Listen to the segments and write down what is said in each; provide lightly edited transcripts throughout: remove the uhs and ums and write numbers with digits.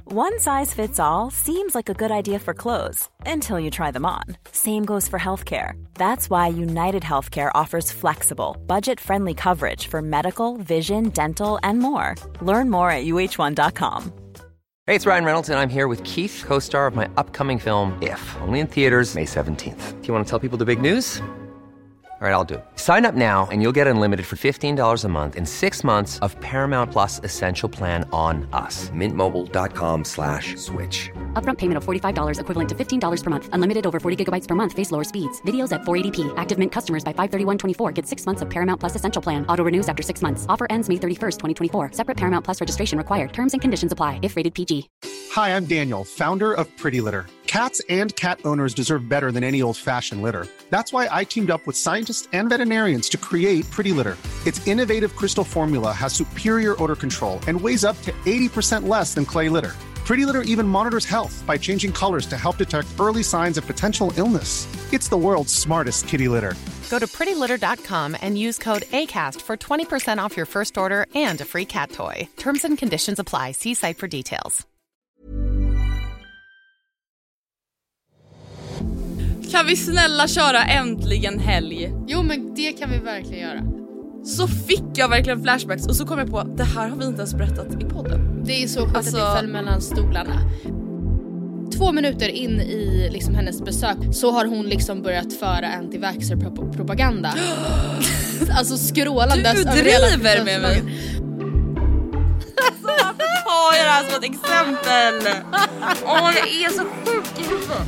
One size fits all seems like a good idea for clothes until you try them on. Same goes for healthcare. That's why United Healthcare offers flexible, budget-friendly coverage for medical, vision, dental, and more. Learn more at uh1.com. Hey, it's Ryan Reynolds, and I'm here with Keith, co-star of my upcoming film, If, only in theaters May 17th. Do you want to tell people the big news? All right, I'll do it. Sign up now and you'll get unlimited for $15 a month and 6 months of Paramount Plus Essential Plan on us. MintMobile.com/switch. Upfront payment of $45 equivalent to $15 per month. Unlimited over 40 gigabytes per month. Face lower speeds. Videos at 480p. Active Mint customers by 531.24 get 6 months of Paramount Plus Essential Plan. Auto renews after 6 months. Offer ends May 31st, 2024. Separate Paramount Plus registration required. Terms and conditions apply if rated PG. Hi, I'm Daniel, founder of Pretty Litter. Cats and cat owners deserve better than any old-fashioned litter. That's why I teamed up with scientists and veterinarians to create Pretty Litter. Its innovative crystal formula has superior odor control and weighs up to 80% less than clay litter. Pretty Litter even monitors health by changing colors to help detect early signs of potential illness. It's the world's smartest kitty litter. Go to prettylitter.com and use code ACAST for 20% off your first order and a free cat toy. Terms and conditions apply. See site for details. Kan vi snälla köra äntligen helg? Jo, men det kan vi verkligen göra. Så fick jag verkligen flashbacks och så kom jag på att det här har vi inte ens berättat i podden. Det är så sjukt att det föll mellan stolarna. 2 minuter in i liksom hennes besök så har hon liksom börjat föra anti-vaxxer-propaganda. Alltså skrålandes. Du driver med mig. Alltså varför tar jag det här som ett exempel? Åh, jag är så sjuk i huvudet.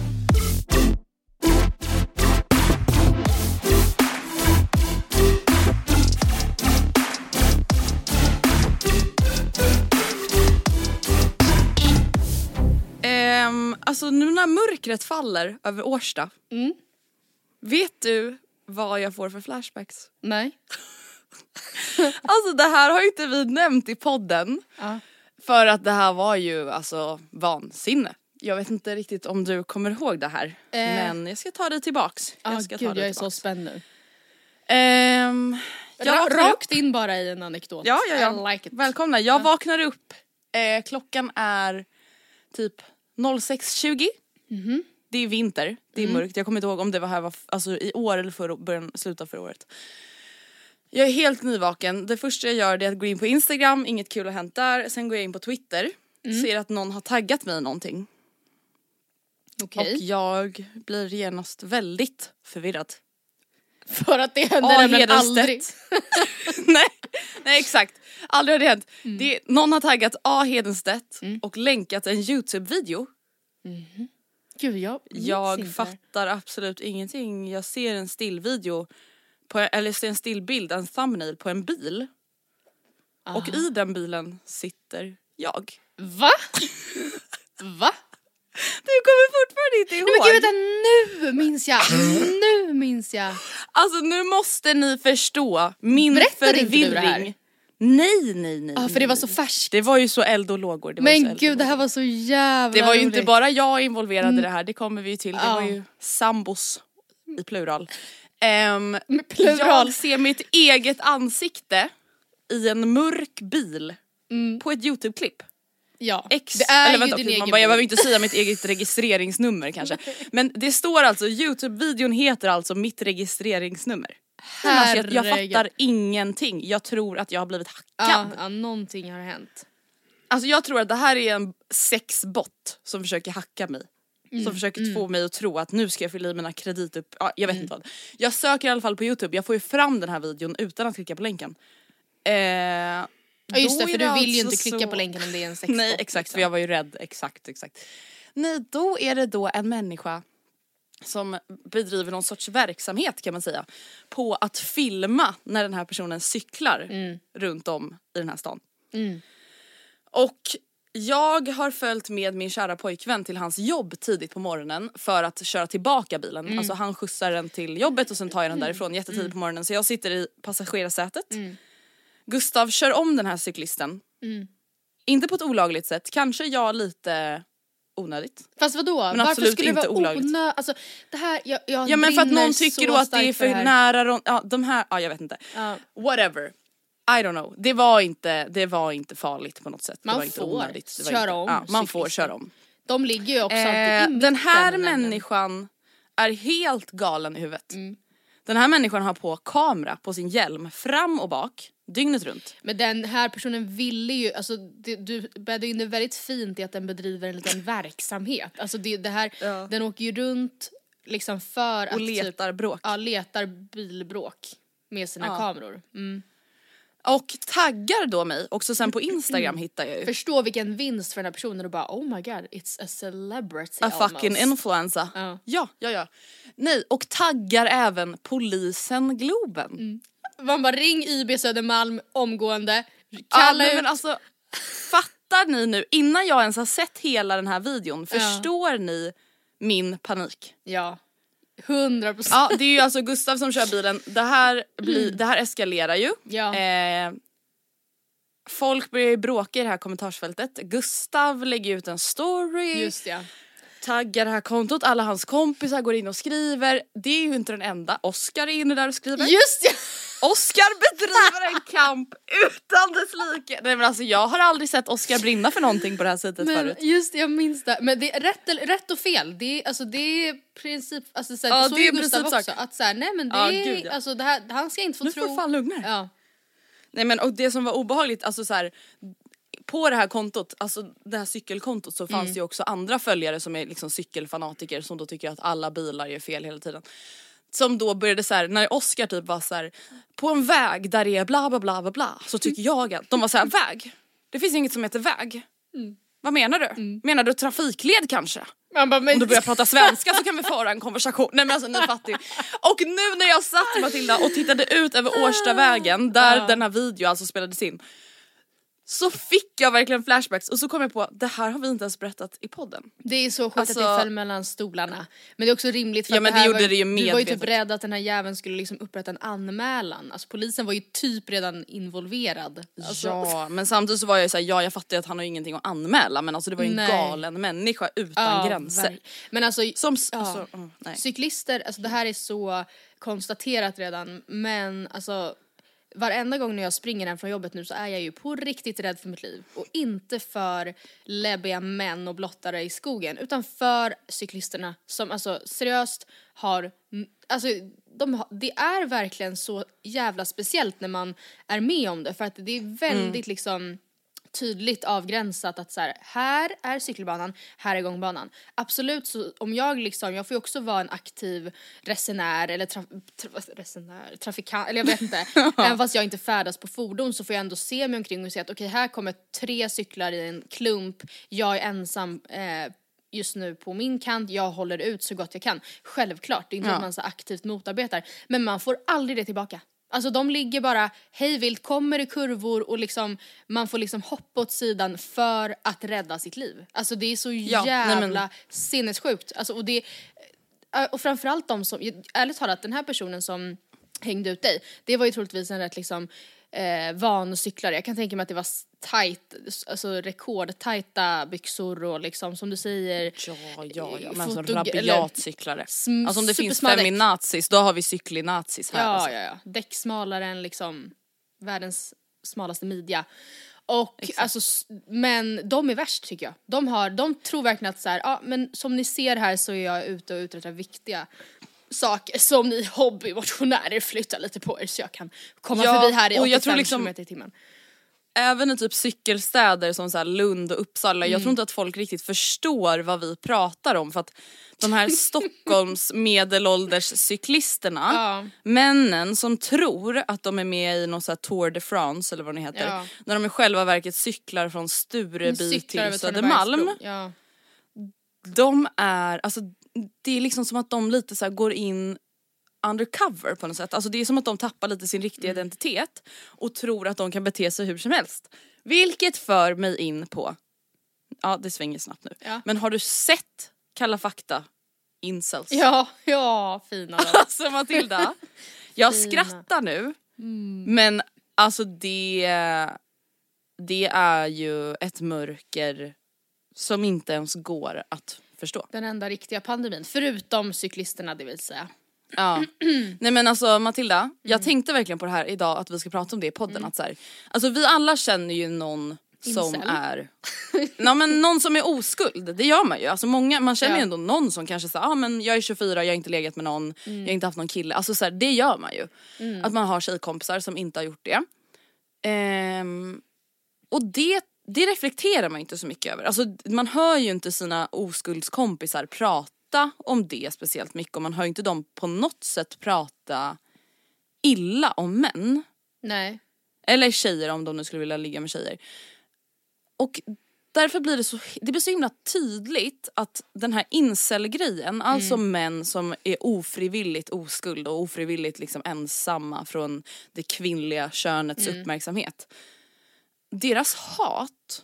Alltså nu när mörkret faller över Årsta. Vet du vad jag får för flashbacks? Nej. Alltså det här har ju inte vi nämnt i podden. För att det här var ju alltså vansinne. Jag vet inte riktigt om du kommer ihåg det här. Men jag ska ta dig tillbaks. Jag är så spänd nu. Rakt in bara i en anekdot. Ja. I like it. Välkomna. Jag vaknar upp. Klockan är typ 06:20. Det är vinter. Det är mörkt. Jag kommer inte ihåg om det var här alltså i år eller slutet förra året. Jag är helt nyvaken. Det första jag gör är att gå in på Instagram. Inget kul har hänt där. Sen går jag in på Twitter. Ser att någon har taggat mig någonting. Okej. Och jag blir genast väldigt förvirrad. För att det händer men aldrig. Nej, exakt. Aldrig har det hänt. Någon har taggat A. Hedenstedt och länkat en YouTube-video. Gud, jag fattar absolut ingenting. Jag ser en stillvideo eller ser en stillbild, en thumbnail på en bil. Och i den bilen sitter jag. Va? Du kommer fortfarande inte ihåg. Men gud, nu minns jag. Alltså nu måste ni förstå min förvirring. Nej. Ja, för det var så färskt. Det var ju så eld och lågor. Det här var så jävla Det var ju roligt. inte bara jag involverad i det här. Det kommer vi ju till. Det var ju sambos i plural. Jag ser mitt eget ansikte i en mörk bil på ett YouTube-klipp. Ja, det är eller vänta, jag behöver inte säga mitt eget registreringsnummer kanske. Men det står alltså, YouTube-videon heter alltså mitt registreringsnummer. Alltså, jag fattar ingenting. Jag tror att jag har blivit hackad. Ja, någonting har hänt. Alltså jag tror att det här är en sexbot som försöker hacka mig. Som försöker få mig att tro att nu ska jag fylla i mina jag vet inte vad. Jag söker i alla fall på YouTube. Jag får ju fram den här videon utan att klicka på länken. Ja just det, för du vill ju inte klicka på länken om det är en sexbot. Nej, exakt, för jag var ju rädd. Exakt. Nej, då är det då en människa som bedriver någon sorts verksamhet kan man säga. På att filma när den här personen cyklar runt om i den här stan. Och jag har följt med min kära pojkvän till hans jobb tidigt på morgonen för att köra tillbaka bilen. Alltså han skjutsar den till jobbet och sen tar jag den därifrån jättetidigt på morgonen. Så jag sitter i passagerarsätet. Gustav kör om den här cyklisten. Inte på ett olagligt sätt. Kanske jag lite onödigt. Fast vadå? Men varför absolut skulle inte det vara olagligt. Alltså, det här, ja men för att någon tycker då att det är för nära. De här, jag vet inte. Whatever. I don't know. Det var inte farligt på något sätt. Man det var inte får onödigt. köra om. Ja, man får köra om. De ligger ju också alltid i den här människan är helt galen i huvudet. Den här människan har på kamera på sin hjälm fram och bak dygnet runt. Men den här personen ville ju, alltså du bäddade in det väldigt fint i att den bedriver en liten verksamhet. Alltså det här, den åker ju runt liksom för och letar bråk. Ja, letar bilbråk med sina kameror. Och taggar då mig, också sen på Instagram hittar jag ju. Förstå vilken vinst för den här personen och bara, oh my god, it's a celebrity a almost. Fucking influencer. Ja. Nej, och taggar även polisen Globen. Man bara, ring IB Södermalm omgående. Kalla ut. Men alltså, fattar ni nu, innan jag ens har sett hela den här videon, förstår ni min panik? Ja. 100%. Ja, det är ju alltså Gustav som kör bilen. Det här eskalerar ju. Ja. Folk börjar ju bråka i det här kommentarsfältet. Gustav lägger ut en story. Just ja. Taggar det här kontot. Alla hans kompisar går in och skriver. Det är ju inte den enda. Oscar är inne där och skriver. Just ja. Oscar bedriver en kamp utan dess like. Nej, men alltså, jag har aldrig sett Oscar brinna för någonting på det här sättet förut. Just jag minns det. Men det är rätt och fel. Det är princip, alltså så här, så är Gustav också att så här, nej men det är alltså det här, han ska inte få tro. Nu får fan lugna. Ja. Nej men och det som var obehagligt, alltså så här, på det här kontot, alltså det här cykelkontot, så fanns det ju också andra följare som är liksom cykelfanatiker som då tycker att alla bilar gör fel hela tiden. Som då började så här, när Oscar typ var så här, på en väg där det är bla bla bla bla bla, så tycker jag att de var så här, väg. Det finns inget som heter väg. Vad menar du? Menar du trafikled kanske? Man bara, men... Om du börjar prata svenska så kan vi föra en konversation. Nej men alltså, ni fattar ju. Och nu när jag satt, Matilda, och tittade ut över Årstavägen där den här videon alltså spelades in, så fick jag verkligen flashbacks. Och så kom jag på, det här har vi inte ens berättat i podden. Det är så sjukt att det föll mellan stolarna. Men det är också rimligt, för men det här gjorde det ju medvetet. Du var ju typ rädd att den här jäveln skulle liksom upprätta en anmälan. Alltså polisen var ju typ redan involverad. Alltså. Ja, men samtidigt så var jag ju såhär, jag fattar att han har ingenting att anmäla. Men alltså det var ju en galen människa utan gränser. Men alltså, nej. Cyklister, alltså det här är så konstaterat redan. Men alltså, varenda gång när jag springer hem från jobbet nu så är jag ju på riktigt rädd för mitt liv. Och inte för läbbiga män och blottare i skogen, utan för cyklisterna som alltså seriöst har, alltså det är verkligen så jävla speciellt när man är med om det. För att det är väldigt liksom tydligt avgränsat att så här är cykelbanan, här är gångbanan. Absolut, så om jag får ju också vara en aktiv resenär eller trafikant, eller jag vet inte. Även fast jag inte färdas på fordon så får jag ändå se mig omkring och se att okej, här kommer 3 cyklar i en klump. Jag är ensam just nu på min kant, jag håller ut så gott jag kan. Självklart, det är inte att man så aktivt motarbetar, men man får aldrig det tillbaka. Alltså de ligger bara hejvilt, kommer i kurvor och liksom man får liksom hoppa åt sidan för att rädda sitt liv. Alltså det är så jävla sinnessjukt. Alltså, och framförallt de som, ärligt talat, den här personen som hängde ut dig, det var ju troligtvis en rätt liksom van cyklare. Jag kan tänka mig att det var tight, alltså rekordtajta byxor och liksom som du säger. Ja. Men så rabiat cyklare. Alltså om det finns feminazis, då har vi cyklinazis här. Ja. Däck smalare än liksom världens smalaste midja. Och alltså, men de är värst tycker jag. De tror verkligen att så här, men som ni ser här så är jag ute och uträttar viktiga saker som ni hobbymotionärer flyttar lite på er så jag kan komma förbi här i 85 km i timmen. Även i typ cykelstäder som så här Lund och Uppsala, jag tror inte att folk riktigt förstår vad vi pratar om, för att de här Stockholms medelålders cyklisterna, männen som tror att de är med i någon så här Tour de France eller vad det heter, när de i själva verket cyklar från Stureby till Södermalm. De är, alltså det är liksom som att de lite så här går in undercover på något sätt. Alltså det är som att de tappar lite sin riktiga identitet och tror att de kan bete sig hur som helst. Vilket för mig in på, det svänger snabbt nu. Men har du sett Kalla fakta incels? Ja, fina då. Alltså Matilda, jag skrattar nu. Men alltså det är ju ett mörker som inte ens går att förstå. Den enda riktiga pandemin, förutom cyklisterna, det vill säga. Ja. Nej men alltså Matilda, jag tänkte verkligen på det här idag att vi ska prata om det i podden. Att så här, alltså vi alla känner ju någon som är men någon som är oskuld. Det gör man ju. Alltså man känner ju ändå någon som kanske säger men jag är 24, jag har inte legat med någon, jag har inte haft någon kille. Alltså så här, det gör man ju. Att man har tjejkompisar som inte har gjort det. Och det reflekterar man inte så mycket över. Alltså man hör ju inte sina oskuldskompisar prata om det speciellt mycket. Och man hör ju inte dem på något sätt prata illa om män. Nej. Eller tjejer om de nu skulle vilja ligga med tjejer. Och därför blir det blir så himla tydligt att den här incel-grejen, alltså män som är ofrivilligt oskuld och ofrivilligt liksom ensamma från det kvinnliga könets uppmärksamhet. Deras hat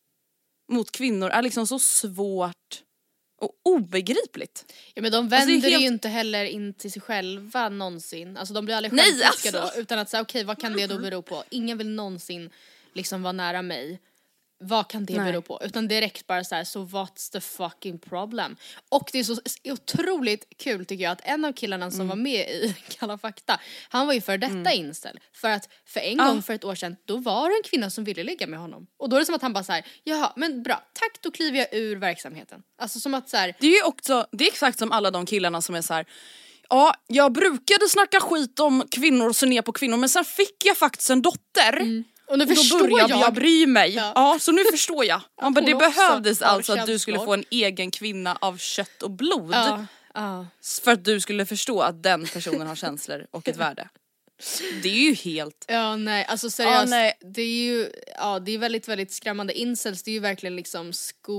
mot kvinnor är liksom så svårt och obegripligt. Ja men de vänder ju inte heller in till sig själva någonsin. Alltså de blir aldrig självkritiska då. Utan att säga okej, vad kan det då bero på? Ingen vill någonsin liksom vara nära mig. Vad kan det bero på? Utan direkt bara så här, so what's the fucking problem? Och det är så otroligt kul tycker jag att en av killarna som var med i Kalla fakta, han var ju för detta incel. För att för en gång för ett år sedan, då var det en kvinna som ville ligga med honom. Och då är det som att han bara så här, jaha, men bra, tack, då kliver jag ur verksamheten. Alltså som att så här, det är ju också, det är exakt som alla de killarna som är så här. Ja, jag brukade snacka skit om kvinnor och se ner på kvinnor, men sen fick jag faktiskt en dotter. Och nu då började jag bry mig. Ja, så nu förstår jag. Man bara, det behövdes alltså att du skulle få en egen kvinna av kött och blod. För att du skulle förstå att den personen har känslor och ett värde. Det är ju helt... Ja, nej, alltså seriöst, det är ju, det är väldigt, väldigt skrämmande. Incels, det är ju verkligen liksom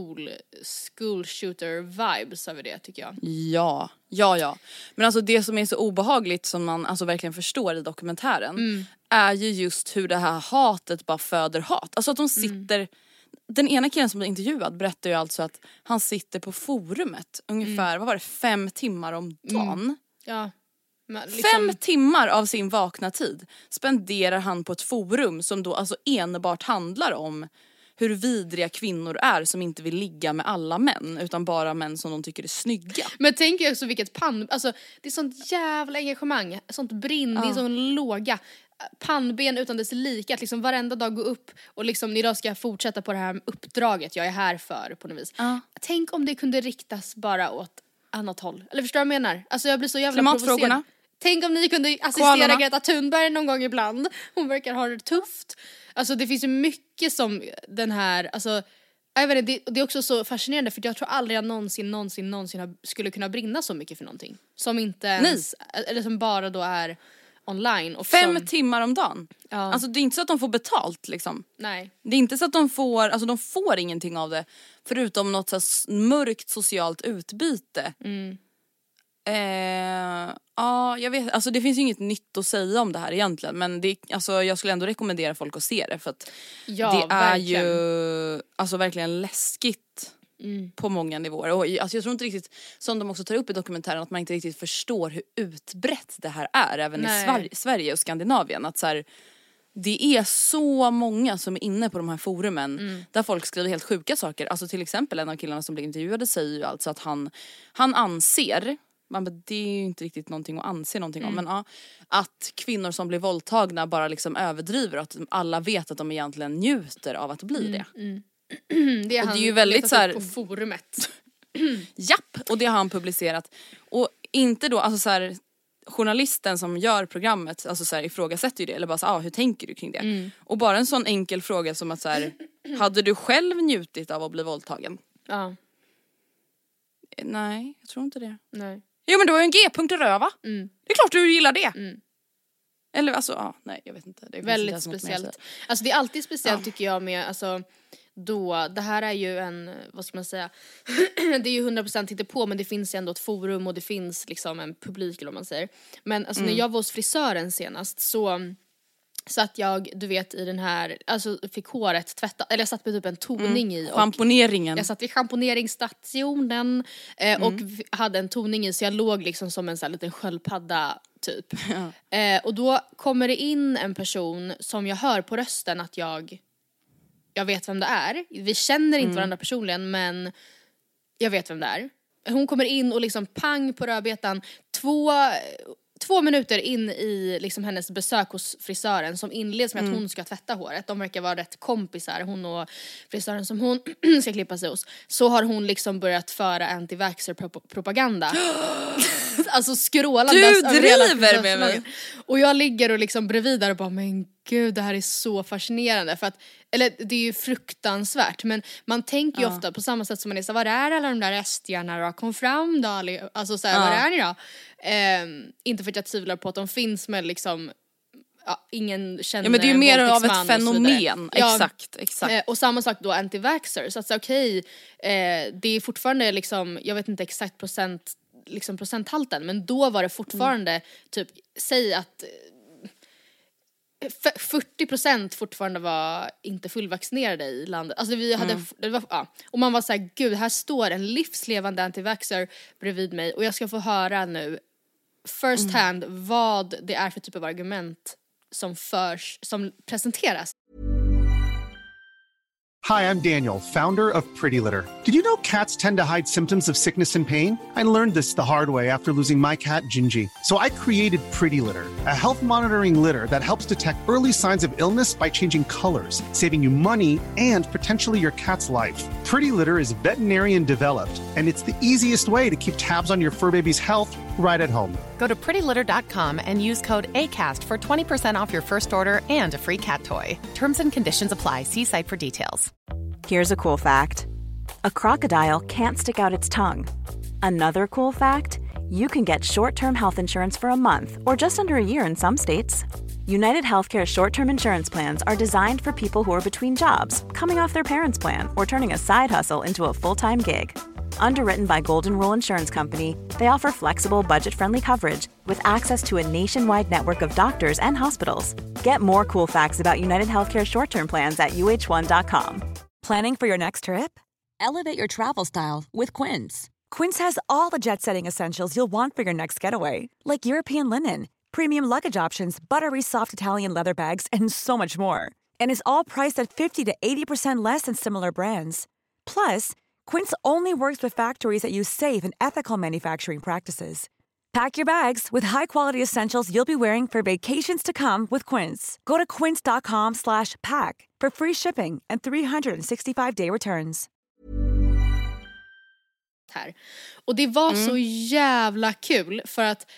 school shooter vibes över det tycker jag. Ja. Men alltså det som är så obehagligt som man alltså verkligen förstår i dokumentären är ju just hur det här hatet bara föder hat. Alltså att de sitter... Den ena killen som blir intervjuad berättar ju alltså att han sitter på forumet ungefär, 5 timmar om dagen. Ja. Men liksom... 5 timmar av sin vakna tid spenderar han på ett forum som då alltså enbart handlar om hur vidriga kvinnor är som inte vill ligga med alla män utan bara män som de tycker är snygga. Men tänk också vilket alltså det är sånt jävla engagemang, sånt brinn, det är sån låga pannben utan dess lika att liksom varenda dag gå upp och liksom idag ska jag fortsätta på det här uppdraget jag är här för på något vis. Tänk om det kunde riktas bara åt annat håll. Eller förstår du vad jag menar? Alltså jag blir så jävla provocerad. Tänk om ni kunde assistera Greta Thunberg någon gång ibland. Hon verkar ha det tufft. Alltså det finns ju mycket som den här, alltså jag vet inte, det är också så fascinerande för jag tror aldrig jag någonsin skulle kunna brinna så mycket för någonting. Som inte ens, eller som bara då är online. Och 5 timmar om dagen. Alltså det är inte så att de får betalt liksom. Nej. Det är inte så att de får ingenting av det. Förutom något så här mörkt socialt utbyte. Jag vet, alltså det finns ju inget nytt att säga om det här egentligen. Men alltså, jag skulle ändå rekommendera folk att se det. För att det är verkligen. Ju alltså verkligen läskigt på många nivåer. Och alltså, jag tror inte riktigt, som de också tar upp i dokumentären, att man inte riktigt förstår hur utbrett det här är. Även i Sverige och Skandinavien. Att så här, det är så många som är inne på de här forumen där folk skriver helt sjuka saker. Alltså till exempel en av killarna som blev intervjuade säger ju alltså att han anser, det är ju inte riktigt någonting att anse någonting om, men att kvinnor som blir våldtagna bara liksom överdriver och att alla vet att de egentligen njuter av att bli det. Det är ju väldigt så här på forumet. Japp, och det har han publicerat. Och inte då, alltså så här, journalisten som gör programmet alltså så här, ifrågasätter ju det, eller bara så här, hur tänker du kring det? Och bara en sån enkel fråga som att så här, hade du själv njutit av att bli våldtagen? Ja. Nej, jag tror inte det. Nej. Jo men du har ju en G-punkt i röva. Det är klart du gillar det. Eller alltså, nej jag vet inte. Det är väldigt speciellt. Alltså det är alltid speciellt tycker jag med, alltså då, det här är ju en, vad ska man säga, det är ju 100% inte på, men det finns ju ändå ett forum och det finns liksom en publik eller vad man säger. Men alltså när jag var hos frisören senast så att jag, du vet, i den här, alltså fick håret tvättat, eller jag satt med typ en toning i. Schamponeringen. Jag satt vid schamponeringsstationen och hade en toning i, så jag låg liksom som en sån här liten sköldpadda typ. Och då kommer det in en person som jag hör på rösten att jag vet vem det är. Vi känner inte varandra personligen, men jag vet vem det är. Hon kommer in och liksom pang på rödbetan 2 minuter in i liksom hennes besök hos frisören, som inleds med att hon ska tvätta håret. De verkar vara rätt kompisar, hon och frisören som hon ska klippa sig hos. Så har hon liksom börjat föra anti-vaxxer-propaganda. Alltså skrålandes. Du driver med mig. Och jag ligger och liksom bredvid där och bara, men gud, det här är så fascinerande. För att, eller det är ju fruktansvärt, men man tänker ju ofta på samma sätt som man är så, var är alla de där restjarna då? Kom fram då? Alltså såhär, var är ni då? Inte för att jag tvivlar på att de finns, men liksom ingen känner. Ja, men det är ju mer av ett fenomen. Exakt. Och samma sak då anti-vaxxers. Alltså okej, det är fortfarande liksom, jag vet inte exakt procenthalten, men då var det fortfarande typ, säg att 40% fortfarande var inte fullvaccinerade i landet. Alltså vi hade, det var, och man var så här, gud, här står en livslevande anti-vaxxer bredvid mig och jag ska få höra nu first hand vad det är för typ av argument som presenteras. Hi, I'm Daniel, founder of Pretty Litter. Did you know cats tend to hide symptoms of sickness and pain? I learned this the hard way after losing my cat, Gingy. So I created Pretty Litter, a health monitoring litter that helps detect early signs of illness by changing colors, saving you money and potentially your cat's life. Pretty Litter is veterinarian developed, and it's the easiest way to keep tabs on your fur baby's health right at home. Go to prettylitter.com and use code ACAST for 20% off your first order and a free cat toy. Terms and conditions apply. See site for details. Here's a cool fact. A crocodile can't stick out its tongue. Another cool fact, you can get short-term health insurance for a month or just under a year in some states. United Healthcare short-term insurance plans are designed for people who are between jobs, coming off their parents' plan, or turning a side hustle into a full-time gig. Underwritten by Golden Rule Insurance Company, they offer flexible, budget-friendly coverage with access to a nationwide network of doctors and hospitals. Get more cool facts about United Healthcare short-term plans at uh1.com. Planning for your next trip? Elevate your travel style with Quince. Quince has all the jet-setting essentials you'll want for your next getaway, like European linen, premium luggage options, buttery soft Italian leather bags, and so much more. And is all priced at 50 to 80% less than similar brands. Plus, Quince only works with factories that use safe and ethical manufacturing practices. Pack your bags with high-quality essentials you'll be wearing for vacations to come with Quince. Go to quince.com/pack for free shipping and 365-day returns. Här. Och det var så jävla kul för att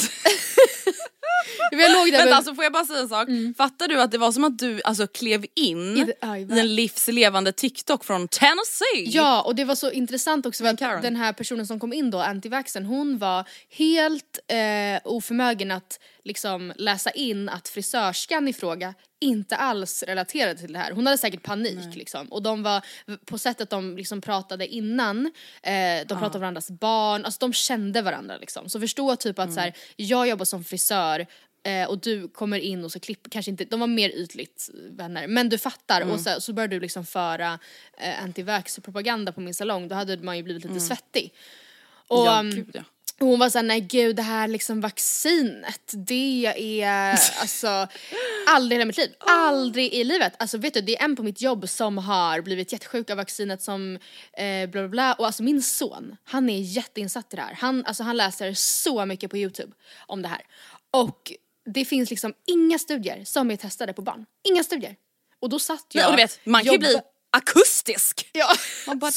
Vänta, alltså får jag bara säga en sak? Fattar du att det var som att du alltså klev in i en livslevande TikTok från Tennessee? Ja, och det var så intressant också att den här personen som kom in då, anti-vaxxern, hon var helt oförmögen att liksom läsa in att frisörskan i fråga inte alls relaterade till det här. Hon hade säkert panik liksom. Och de var på sättet de liksom pratade innan, de pratade om varandras barn, alltså de kände varandra liksom. Så förstå typ att så här, jag jobbar som frisör och du kommer in och så klipper, kanske inte, de var mer ytligt vänner, men du fattar. Och så började du liksom föra anti-vax-propaganda på min salong, då hade man ju blivit lite svettig. Och hon var såhär, nej gud, det här liksom vaccinet, det är alltså aldrig i mitt liv, aldrig i livet. Alltså vet du, det är en på mitt jobb som har blivit jättesjuk av vaccinet som bla bla bla. Och alltså min son, han är jätteinsatt i det här. Han läser så mycket på YouTube om det här. Och det finns liksom inga studier som är testade på barn. Inga studier. Och då satt jag... Nej, och du vet, man kan ju bli akustisk. Ja. Man bara...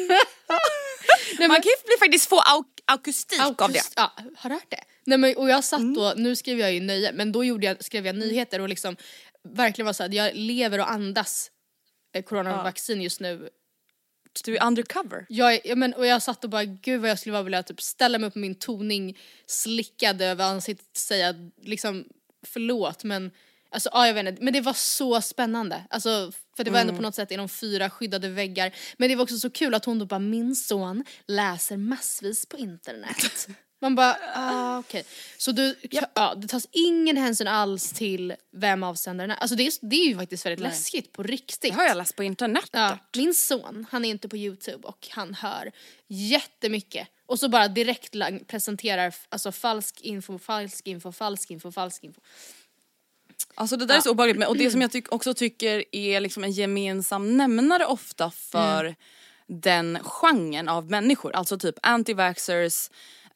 man kan ju faktiskt få akustik av det. Ja, har du hört det? Nej, men, och jag satt då, nu skrev jag ju nöje, men då skrev jag nyheter och liksom verkligen var så att jag lever och andas coronavaccin just nu. Du är undercover. Och jag satt och bara, gud vad jag skulle vilja typ ställa mig upp med min toning slickad över ansiktet och säga liksom förlåt, men alltså jag vet inte, men det var så spännande. Alltså för det var ändå på något sätt inom 4 skyddade väggar. Men det var också så kul att hon då bara, min son läser massvis på internet. Man bara, okej. Så det tas ingen hänsyn alls till vem avsändaren är. Alltså det är ju faktiskt väldigt läskigt på riktigt. Det har jag läst på internet. Ja, min son, han är inte på YouTube och han hör jättemycket. Och så bara direkt presenterar alltså falsk info. Alltså det där är så obehagligt. Och det som jag också tycker är liksom en gemensam nämnare ofta för den genren av människor, alltså typ anti-vaxxers,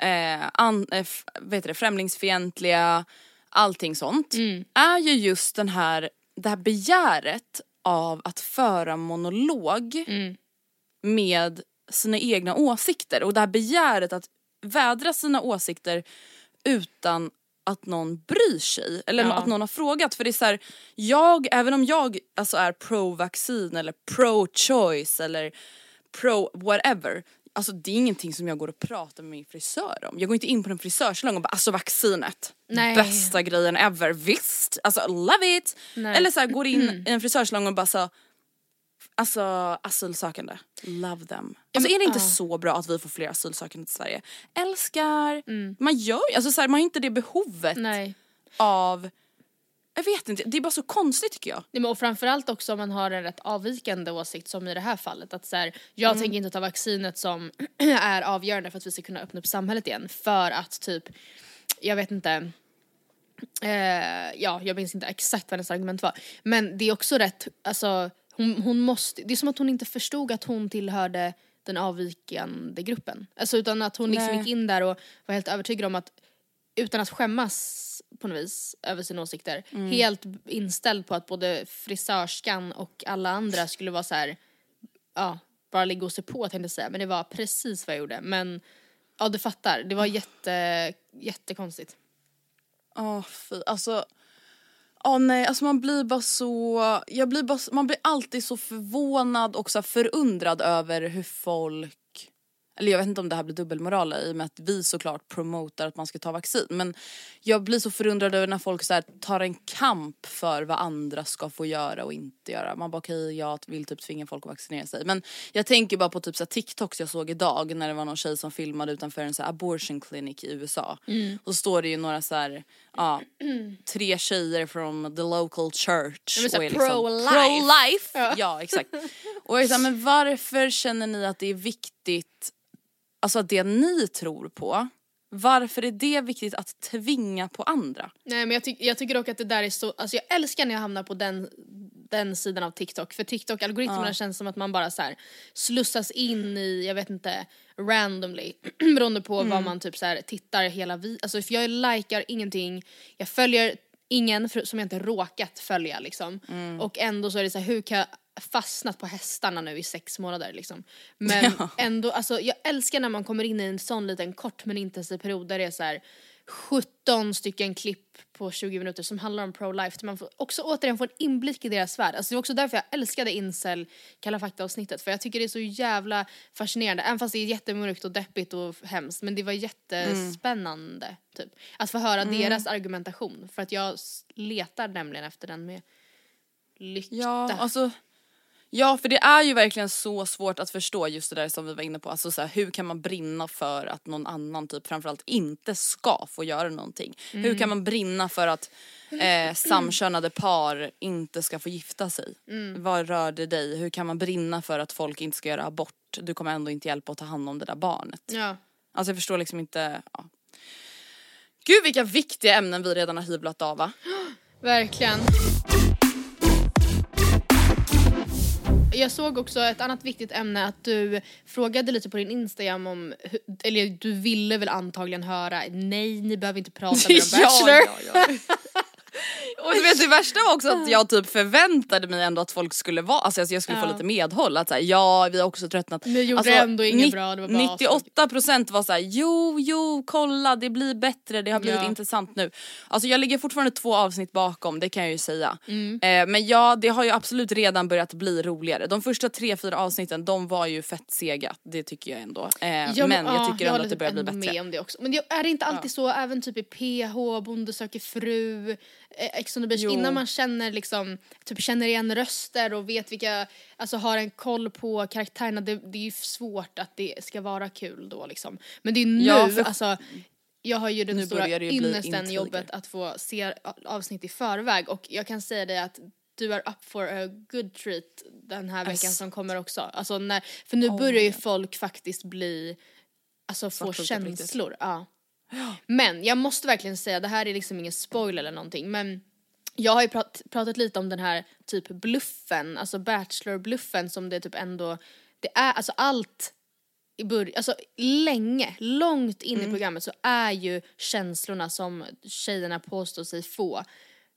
främlingsfientliga, allting sånt, är ju just det här begäret av att föra monolog med sina egna åsikter, och det här begäret att vädra sina åsikter utan att någon bryr sig eller att någon har frågat. För det är så här, även om jag alltså är pro-vaccin eller pro-choice eller pro-whatever, alltså det är ingenting som jag går och pratar med min frisör om. Jag går inte in på en frisörsalong och bara, alltså vaccinet, bästa grejen ever, visst, alltså love it. Nej. Eller så här, går in i en frisörsalong och bara så, alltså asylsökande, love them. Alltså är det inte så bra att vi får fler asylsökande till Sverige? Älskar. Man gör ju, alltså så här, man har inte det behovet av, jag vet inte, det är bara så konstigt tycker jag. Nej, men och framförallt också om man har en rätt avvikande åsikt som i det här fallet. Att så här, jag tänker inte ta vaccinet som är avgörande för att vi ska kunna öppna upp samhället igen. För att typ, jag vet inte, jag minns inte exakt vad hennes argument var. Men det är också rätt, alltså hon måste, det är som att hon inte förstod att hon tillhörde den avvikande gruppen. Alltså utan att hon liksom gick in där och var helt övertygad om att, utan att skämmas på något vis över sina åsikter, helt inställd på att både frisörskan och alla andra skulle vara så här, bara ligga och se på, tänkte jag säga. Men det var precis vad jag gjorde. Men du fattar, det var jättekonstigt. Man blir bara så, man blir alltid så förvånad och så förundrad över hur folk, eller jag vet inte om det här blir dubbelmoral i och med att vi såklart promotar att man ska ta vaccin, men jag blir så förundrad över när folk så här tar en kamp för vad andra ska få göra och inte göra. Man bara okej, jag vill typ tvinga folk att vaccinera sig, men jag tänker bara på typ så här TikToks jag såg idag när det var någon tjej som filmade utanför en så här abortion clinic i USA. Och så står det ju några så här 3 tjejer från the local church och är liksom pro-life. Ja, exakt. Och jag är så här, men varför känner ni att det är viktigt, alltså att det ni tror på, varför är det viktigt att tvinga på andra? Nej, men jag tycker dock att det där är så, alltså jag älskar när jag hamnar på den sidan av TikTok, för TikTok-algoritmerna känns som att man bara så här slussas in i, jag vet inte, randomly beroende på vad man typ så här tittar hela alltså för jag likar ingenting, jag följer ingen som jag inte råkat följa liksom, och ändå så är det så här, hur kan jag fastnat på hästarna nu i 6 månader liksom. Men ändå, alltså jag älskar när man kommer in i en sån liten kort men intensiv period där det är så här 17 stycken klipp på 20 minuter som handlar om pro-life. Man får också återigen få en inblick i deras värld. Alltså det är också därför jag älskade Incel Kalla fakta-avsnittet, för jag tycker det är så jävla fascinerande, även fast det är jättemörkt och deppigt och hemskt, men det var jättespännande typ att få höra deras argumentation, för att jag letar nämligen efter den med lykta. Ja, för det är ju verkligen så svårt att förstå just det där som vi var inne på. Alltså så här, hur kan man brinna för att någon annan typ framförallt inte ska få göra någonting? Hur kan man brinna för att samkönade par inte ska få gifta sig? Vad rör det dig? Hur kan man brinna för att folk inte ska göra abort? Du kommer ändå inte hjälpa att ta hand om det där barnet. Ja. Alltså jag förstår liksom inte. Ja. Gud, vilka viktiga ämnen vi redan har hyvlat av, va? Verkligen. Jag såg också ett annat viktigt ämne, att du frågade lite på din Instagram om, eller du ville väl antagligen höra, nej, ni behöver inte prata med en bachelor. Ja. Och du vet, det värsta var också att jag typ förväntade mig ändå att folk skulle vara, alltså jag skulle få lite medhåll, att såhär, vi har också tröttnat. Men gjorde alltså, ändå inget bra, det var bara 98% var såhär, jo, kolla, det blir bättre, det har blivit intressant nu. Alltså jag ligger fortfarande 2 avsnitt bakom, det kan jag ju säga. Men det har ju absolut redan börjat bli roligare. De första 3-4 avsnitten, de var ju fett sega, det tycker jag ändå. Men jag tycker ändå att det börjar bli bättre. Med om det också. Men är det inte alltid så, även typ i PH, Bonde söker fru, Ex on the Beach, innan man känner liksom, typ känner igen röster och vet vilka, alltså har en koll på karaktärerna, det är ju svårt att det ska vara kul då liksom. Men det är nu, alltså jag har ju den stora ynnesten jobbet att få se avsnitt i förväg, och jag kan säga dig att du är up for a good treat den här veckan som kommer också. Alltså för nu börjar ju folk faktiskt bli, alltså få känslor. Ja. Men jag måste verkligen säga, det här är liksom ingen spoiler eller någonting, men jag har ju pratat lite om den här typ bluffen, alltså bachelor-bluffen som det typ ändå det är alltså allt i början, alltså långt in i programmet så är ju känslorna som tjejerna påstår sig få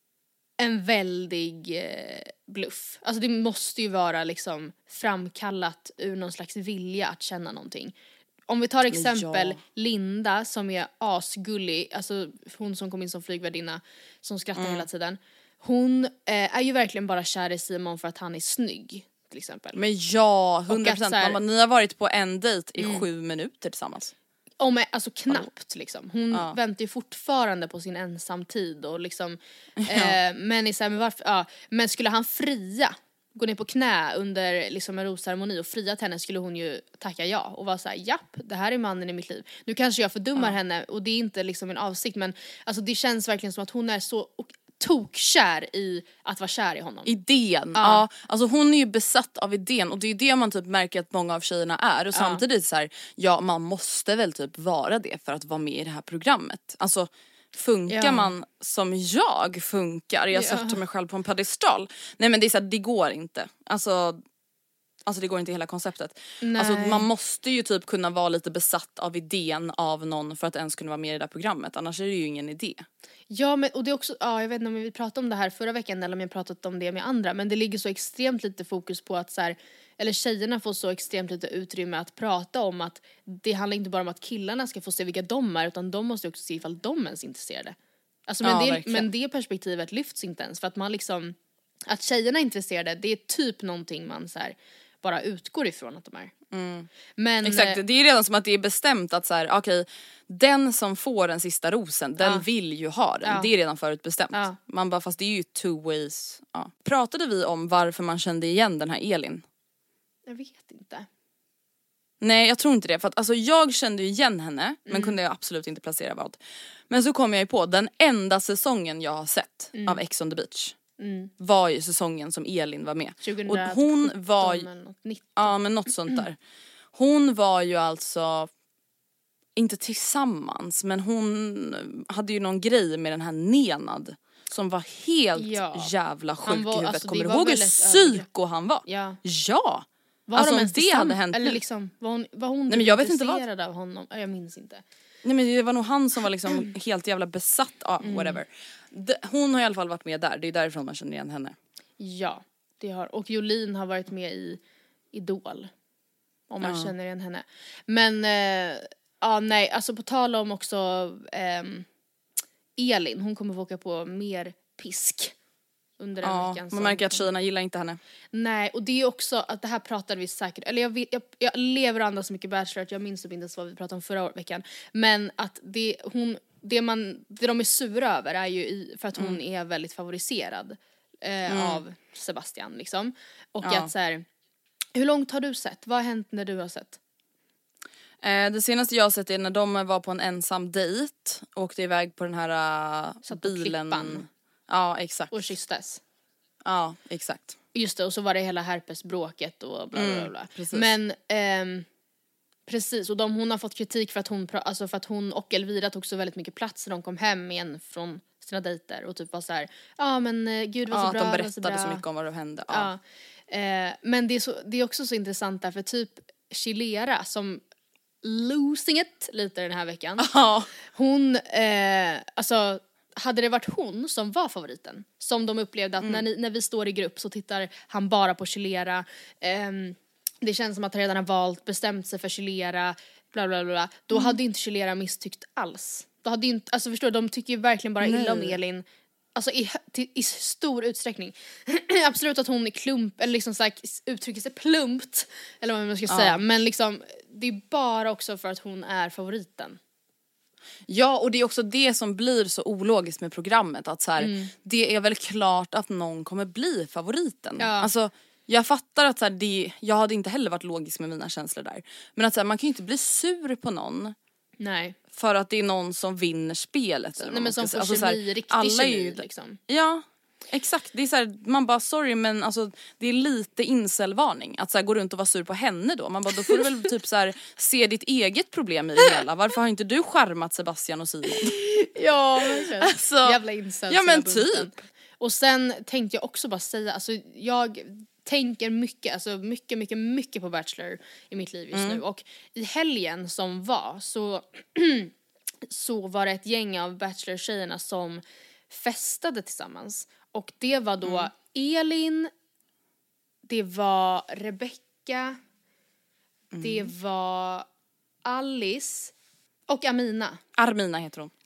en väldig bluff. Alltså det måste ju vara liksom framkallat ur någon slags vilja att känna någonting. Om vi tar exempel Linda som är asgullig, alltså hon som kom in som flygvärdinna som skrattar hela tiden. Hon är ju verkligen bara kär i Simon för att han är snygg till exempel. Men 100%. Mamma, ni har varit på en dejt i 7 minuter tillsammans. Alltså knappt liksom. Hon väntar ju fortfarande på sin ensamtid och liksom men är så här, men varför men skulle han fria, gå ner på knä under liksom en rosceremoni och fria till henne, skulle hon ju tacka ja och vara så här: japp, det här är mannen i mitt liv. Nu kanske jag fördummar henne och det är inte liksom en avsikt, men alltså det känns verkligen som att hon är så tokkär i att vara kär i honom. Idén, ja. Alltså hon är ju besatt av idén och det är det man typ märker att många av tjejerna är. Och samtidigt så här, ja, man måste väl typ vara det för att vara med i det här programmet. Alltså funkar man som jag funkar, jag sätter mig själv på en pedestal. Nej men det är så här, det går inte. Alltså det går inte hela konceptet. Nej. Alltså man måste ju typ kunna vara lite besatt av idén av någon för att ens kunna vara med i det där programmet. Annars är det ju ingen idé. Ja, men och det är också, jag vet inte om vi pratade om det här förra veckan eller om jag pratat om det med andra, men det ligger så extremt lite fokus på att så här, eller tjejerna får så extremt lite utrymme att prata om att det handlar inte bara om att killarna ska få se vilka de är, utan de måste också se ifall de ens är intresserade. Alltså men det perspektivet lyfts inte ens, för att man liksom, att tjejerna är intresserade, det är typ någonting man så här bara utgår ifrån att de är. Men exakt, det är redan som att det är bestämt att så här, okej, den som får den sista rosen, den vill ju ha den. Det är redan förutbestämt. Man bara, fast det är ju two ways. Pratade vi om varför man kände igen den här Elin? Jag vet inte. Nej, jag tror inte det, för att alltså jag kände ju igen henne, men kunde jag absolut inte placera vad. Men så kom jag ju på den enda säsongen jag har sett av Ex on the Beach. Var ju säsongen som Elin var med. 2017, och hon var ju, men något sånt där. Hon var ju alltså inte tillsammans, men hon hade ju någon grej med den här Nenad som var helt jävla sjuk i huvudet. Alltså, kommer du ihåg hur psyko han var? Ja. Var alltså de ens det hade hänt. Eller liksom var hon nej, men jag vet inte vad av honom. Jag minns inte. Nej, men det var nog han som var liksom helt jävla besatt whatever. Hon har i alla fall varit med där. Det är därifrån man känner igen henne. Ja, det har. Och Jolin har varit med i Idol. Om man känner igen henne. Men nej, alltså på tal om också Elin, hon kommer få åka på mer pisk under den veckan. Man märker att tjejerna gillar inte henne. Nej, och det är också att det här pratade vi säkert, eller jag lever och andas så mycket Bachelor att jag minns inte ens vad vi pratade om förra veckan. Men att det de är sura över är ju för att hon är väldigt favoriserad av Sebastian liksom. Och att så här, hur långt har du sett? Vad har hänt när du har sett? Det senaste jag har sett är när de var på en ensam dejt och åkte iväg på den här bilen. Klippan. Ja, exakt. Och kysstes. Ja, exakt. Just det, och så var det hela herpesbråket och bla bla bla. Precis. Men precis, och hon har fått kritik för att hon och Elvira tog så väldigt mycket plats när de kom hem igen från sina dejter och typ var så här, men gud vad så bra. Ja, de berättade så mycket om vad som hände. Ja. Men det är också så intressant därför typ Chilera som losing it lite den här veckan. Hon alltså hade det varit hon som var favoriten, som de upplevde att när vi står i grupp så tittar han bara på Chilera, det känns som att han redan har bestämt sig för Chilera, bla bla bla, då hade inte Chilera misstyckt alls. Då hade inte, alltså förstår du, de tycker ju verkligen bara illa om Elin. Alltså i stor utsträckning. Absolut att hon är klump, eller liksom så här, uttrycker sig plumpt, eller vad man ska säga, men liksom det är bara också för att hon är favoriten. Ja, och det är också det som blir så ologiskt med programmet, att så här, det är väl klart att någon kommer bli favoriten. Alltså jag fattar att så här, jag hade inte heller varit logisk med mina känslor där, men att så här, man kan ju inte bli sur på någon. Nej. För att det är någon som vinner spelet. Nej, men som får alltså, kemi, riktig alla kemi ju, liksom. Ja, exakt. Det är så här, man bara sorry, men alltså det är lite incelvarning att så här, gå runt och vara sur på henne då. Man bara, då får du väl typ så här, se ditt eget problem i det hela. Varför har inte du skärmat Sebastian och Simon? Ja, alltså, jävla incel. Ja, men typ. Och sen tänkte jag också bara säga, alltså tänker mycket, alltså mycket på Bachelor i mitt liv just nu. Och i helgen som var så var det ett gäng av Bachelor-tjejerna som festade tillsammans. Och det var då Elin, det var Rebecca, det var Alice och Amina. Armina heter hon.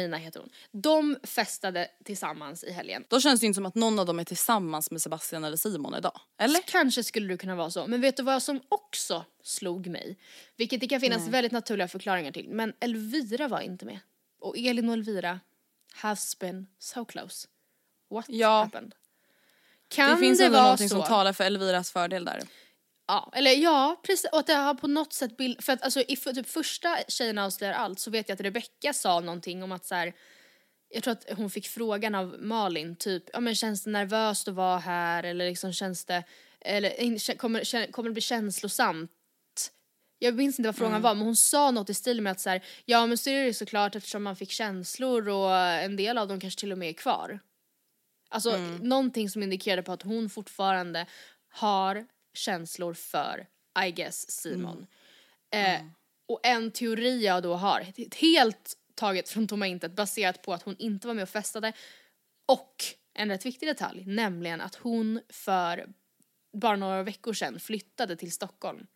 De festade tillsammans i helgen. Då känns det inte som att någon av dem är tillsammans med Sebastian eller Simon idag. Eller? Kanske skulle det kunna vara så. Men vet du vad som också slog mig? Vilket det kan finnas väldigt naturliga förklaringar till. Men Elvira var inte med. Och Elin och Elvira has been so close. What happened? Kan det finns ändå någonting så? som talar för Elviras fördel där. Ja, eller ja, precis. Och att det har på något sätt för att alltså i typ första Tjejerna avslöjar allt så vet jag att Rebecca sa någonting om att så här, jag tror att hon fick frågan av Malin typ, ja men känns det nervöst att vara här eller liksom känns det, eller kommer det bli känslosamt? Jag minns inte vad frågan var, men hon sa något i stil med att så här, ja men så är det såklart eftersom man fick känslor och en del av dem kanske till och med är kvar. Alltså någonting som indikerade på att hon fortfarande har känslor för, I guess, Simon. Och en teori jag då har, helt taget från tomma intet, baserat på att hon inte var med och festade. Och en rätt viktig detalj, nämligen att hon för bara några veckor sedan flyttade till Stockholm.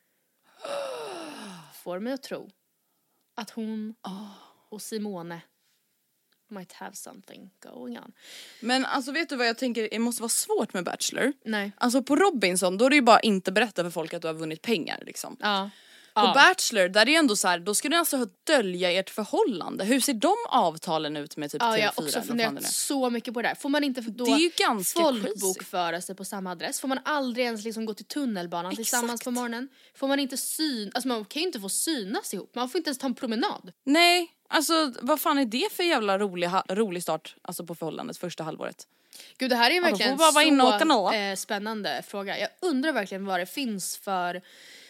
Får mig att tro att hon och Simone might have something going on. Men alltså vet du vad jag tänker, det måste vara svårt med Bachelor. Nej. Alltså på Robinson, då är det ju bara inte berätta för folk att du har vunnit pengar liksom. Ja. På Bachelor, där är det ändå så här, då ska ni alltså dölja ert förhållande. Hur ser de avtalen ut med typ TV4? Jag har också funderat så mycket på det där. Får man inte då det är ju ganska folkbokföra sig på samma adress? Får man aldrig ens liksom gå till tunnelbanan tillsammans på morgonen? Får man inte alltså man kan ju inte få synas ihop. Man får inte ens ta en promenad. Nej, alltså vad fan är det för jävla rolig start alltså på förhållandet första halvåret? Gud, det här är verkligen så spännande fråga. Jag undrar verkligen vad det finns för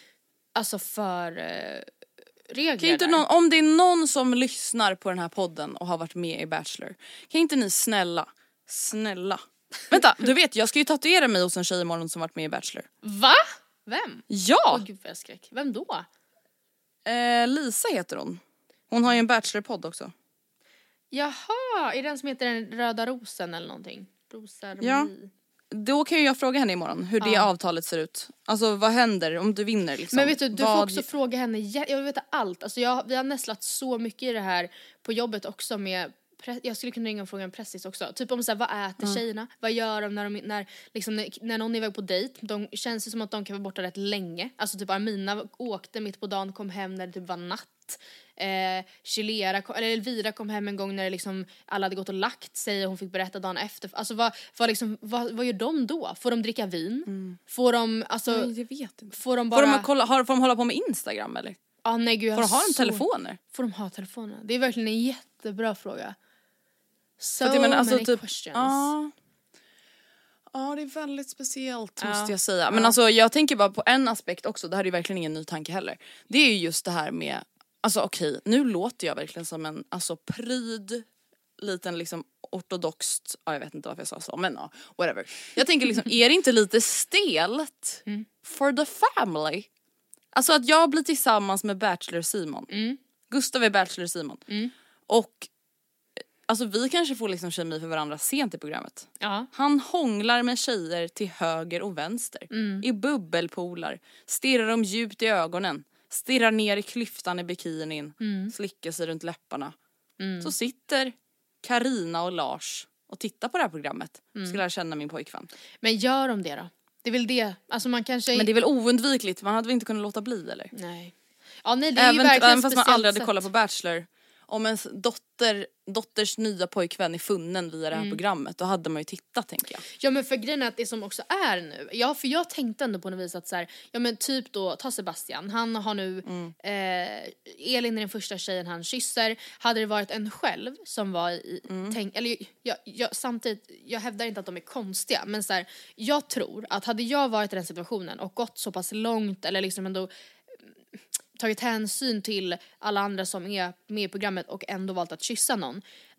regler. Kan inte om det är någon som lyssnar på den här podden och har varit med i Bachelor, kan inte ni snälla vänta, du vet jag ska ju tatuera mig hos en tjej imorgon som varit med i Bachelor. Va? Vem? Ja! Gud vad jag skräck. Vem då? Lisa heter hon. Hon har ju en Bachelor-podd också. Jaha, är den som heter den Röda Rosen eller någonting? Ja. Då kan ju jag fråga henne imorgon hur det avtalet ser ut. Alltså vad händer om du vinner liksom? Men vet du får också fråga henne. Jag vill veta allt. Alltså vi har nästlat så mycket i det här på jobbet också med. Jag skulle kunna ringa och fråga en pressis också. Typ om så här, vad äter tjejerna? Vad gör de när någon är iväg på dejt? De känns det som att de kan vara borta rätt länge. Alltså typ Armina åkte mitt på dagen, kom hem när det typ var natt. Elvira kom hem en gång när det liksom alla hade gått och lagt sig och hon fick berätta dagen efter. Alltså vad gör de då? Får de dricka vin? Får de jag vet inte. Får de bara får de hålla på med Instagram eller? Nej, gud, får de ha telefoner? Får de ha telefoner? Det är verkligen en jättebra fråga. So many questions. Ja, det är väldigt speciellt måste jag säga. Men alltså jag tänker bara på en aspekt också. Det här är ju verkligen ingen ny tanke heller. Det är ju just det här med, alltså okej, nu låter jag verkligen som en pryd liten liksom ortodoxt, jag vet inte varför jag sa så, men whatever. Jag tänker liksom, är det inte lite stelt for the family? Alltså att jag blir tillsammans med Bachelor Simon. Gustav är Bachelor Simon. Och alltså vi kanske får liksom kemi för varandra sent i programmet. Ja. Han hånglar med tjejer till höger och vänster. I bubbelpoolar. Stirrar dem djupt i ögonen. Stirrar ner i klyftan i bikinin. Slickar sig runt läpparna. Så sitter Karina och Lars och tittar på det här programmet. Ska lära känna min pojkvän. Men gör de det då? Det är väl det. Alltså man kanske... Men det är väl oundvikligt. Man hade väl inte kunnat låta bli eller? Nej. Ja, nej, det är ju verkligen även fast man aldrig hade kollat på Bachelor. Om ens dotters nya pojkvän är funnen via det här programmet, då hade man ju tittat, tänker jag. Ja, men för grejen är att det som också är nu, för jag tänkte ändå på något vis att så här, ja men typ då, ta Sebastian, han har nu Elin är den första tjejen han kysser. Hade det varit en själv som var i samtidigt, jag hävdar inte att de är konstiga, men så här, jag tror att hade jag varit i den situationen och gått så pass långt eller liksom ändå tagit hänsyn till alla andra som är med i programmet och ändå valt att kyssa någon,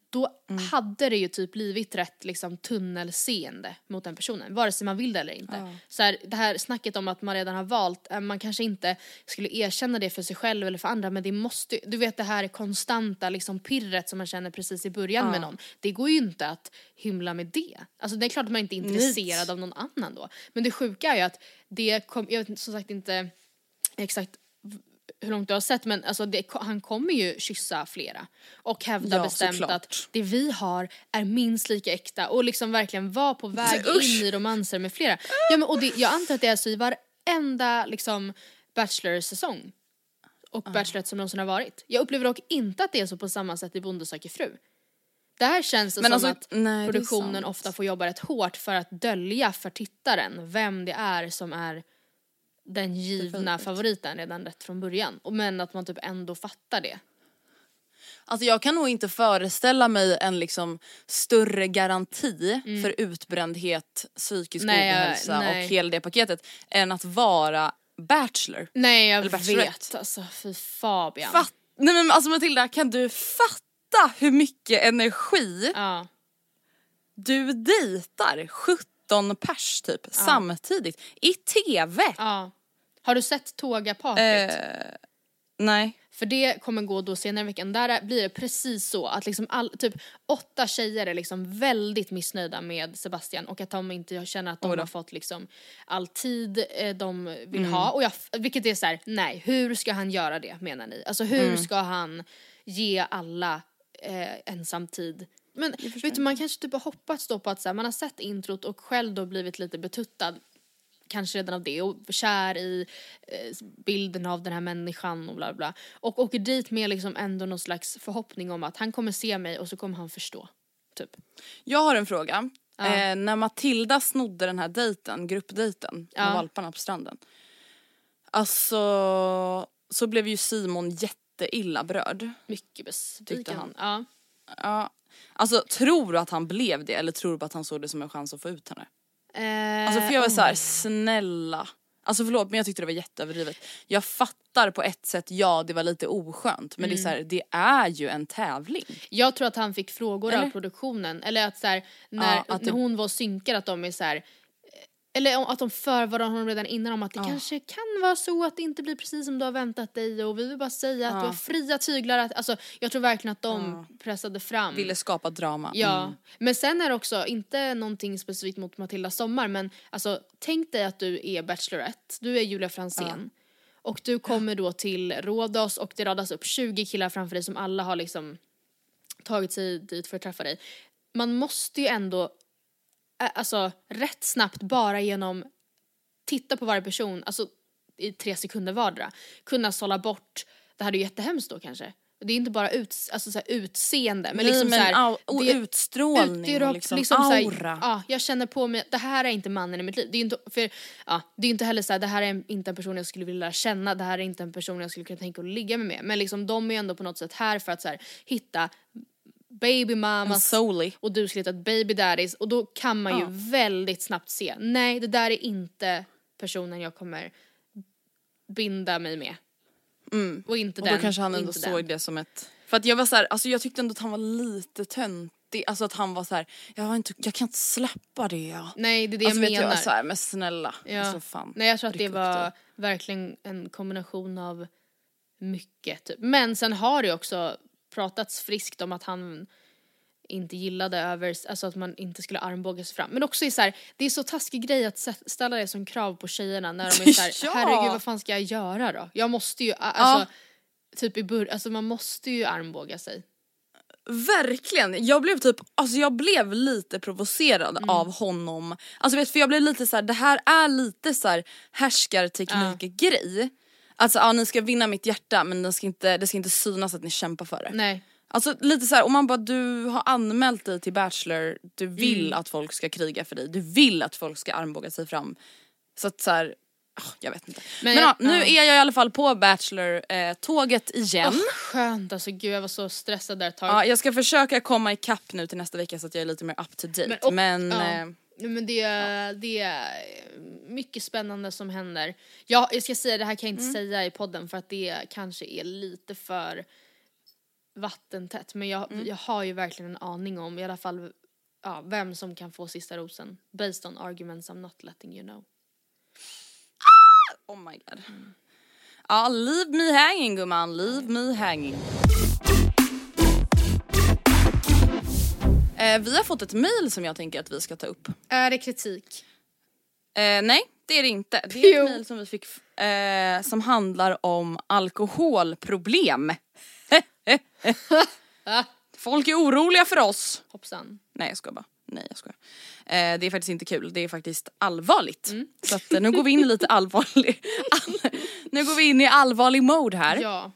då hade det ju typ blivit rätt liksom tunnelseende mot den personen, vare sig man vill det eller inte. Så här, det här snacket om att man redan har valt, man kanske inte skulle erkänna det för sig själv eller för andra, men det måste, du vet det här konstanta liksom pirret som man känner precis i början med någon, det går ju inte att hymla med det. Alltså det är klart att man inte är intresserad av någon annan då, men det sjuka är ju att det kom, jag vet som sagt inte exakt hur långt du har sett, men alltså han kommer ju kyssa flera och hävda bestämt såklart att det vi har är minst lika äkta och liksom verkligen vara på väg in i romanser med flera. Ja, men, och jag antar att det är så i varenda liksom Bachelor-säsong och Bachelorette som någonsin har varit. Jag upplever dock inte att det är så på samma sätt i Bonde söker fru. Där känns det som att produktionen ofta får jobba rätt hårt för att dölja för tittaren vem det är som är den givna favoriten redan rätt från början. Men att man typ ändå fattar det. Alltså jag kan nog inte föreställa mig en liksom större garanti för utbrändhet, psykisk ohälsa och hela det paketet än att vara bachelor. Nej, jag vet. Alltså, fy Fabian. Nej men alltså Matilda, kan du fatta hur mycket energi du dejtar 17 pers typ samtidigt i TV? Ja. Har du sett Tågapartyt? Nej. För det kommer gå då senare i veckan. Där blir det precis så att liksom typ 8 tjejer är liksom väldigt missnöjda med Sebastian och att de inte känner att de har fått liksom all tid de vill ha. Och vilket är så här, nej, hur ska han göra det menar ni? Alltså hur ska han ge alla ensamtid? Men vet du, man kanske typ har hoppats då på att så här, man har sett introt och själv då blivit lite betuttad kanske redan av det och kär i bilden av den här människan och bla bla. Och åker dit med liksom ändå någon slags förhoppning om att han kommer se mig och så kommer han förstå. Typ. Jag har en fråga. När Matilda snodde den här dejten, gruppdejten med valparna på stranden. Alltså så blev ju Simon jätteilla berörd. Mycket besviken. Han. Ja. Alltså tror du att han blev det eller tror du att han såg det som en chans att få ut henne? Alltså för jag var så här, snälla. Alltså förlåt men jag tyckte det var jätteöverdrivet. Jag fattar på ett sätt, ja det var lite oskönt. Men det är så här, det är ju en tävling. Jag tror att han fick frågor av produktionen. Eller att så här, när hon var synkad att de är så här, eller att de förvarade honom redan innan om att det kanske kan vara så att det inte blir precis som du har väntat dig och vi vill bara säga att du har fria tyglar alltså jag tror verkligen att de pressade fram. Ville skapa drama. Ja, men sen är det också inte någonting specifikt mot Matilda Sommar men alltså tänk dig att du är Bachelorette, du är Julia Fransén och du kommer då till Rhodos och det radas upp 20 killar framför dig som alla har liksom tagit sig dit för att träffa dig. Man måste ju ändå alltså rätt snabbt bara genom titta på varje person alltså i 3 sekunder vardera kunna sålla bort, det här är ju jättehemskt då kanske. Det är inte bara alltså så här, utseende men liksom så här, och utstrålning och liksom aura. Ja, jag känner på mig det här är inte mannen i mitt liv. Det är inte för det är inte heller så här, det här är inte en person jag skulle vilja känna, det här är inte en person jag skulle kunna tänka att ligga med. Men liksom de är ändå på något sätt här för att så här, hitta baby mamas och du skulle hitta ett baby daddies och då kan man ju väldigt snabbt se, nej det där är inte personen jag kommer binda mig med. Och inte den. Och då kanske han ändå såg det som ett, för att jag var så här, alltså jag tyckte ändå att han var lite töntig, alltså att han var så här, jag kan inte släppa det. Nej, det är det alltså, jag menar. Jag var så här, men snälla. Alltså, fan. Nej, jag tror att det var verkligen en kombination av mycket typ. Men sen har det också pratats friskt om att han inte gillade alltså att man inte skulle armbåga sig fram. Men också är så här, det är så taskig grej att ställa det som krav på tjejerna när de är så här, herregud vad fan ska jag göra då? Jag måste ju, alltså typ alltså man måste ju armbåga sig. Verkligen, jag blev lite provocerad av honom. Alltså vet, för jag blev lite så här, det här är lite så här härskarteknik-grej. Alltså ni ska vinna mitt hjärta men det ska inte synas att ni kämpar för det. Nej. Alltså lite så här, om man bara, du har anmält dig till Bachelor, du vill att folk ska kriga för dig, du vill att folk ska armbåga sig fram. Så att så här, jag vet inte. Men nu är jag i alla fall på Bachelor-tåget igen. Skönt, alltså gud jag var så stressad där ett tag. Ja, jag ska försöka komma ikapp nu till nästa vecka så att jag är lite mer up to date. Men det är mycket spännande som händer. Jag ska säga, det här kan jag inte säga i podden för att det kanske är lite för vattentätt. Men jag har ju verkligen en aning om i alla fall vem som kan få sista rosen. Based on arguments I'm not letting you know. Oh my god. Ja, leave me hanging, gumman. Leave me hanging. Vi har fått ett mejl som jag tänker att vi ska ta upp. Är det kritik? Nej, det är det inte. Det är ett mejl som vi fick som handlar om alkoholproblem. Folk är oroliga för oss. Hoppsan. Nej, jag skojar bara. Nej, jag skojar. Det är faktiskt inte kul. Det är faktiskt allvarligt. Så att, nu går vi in i lite allvarlig. Nu går vi in i allvarlig mode här. Ja.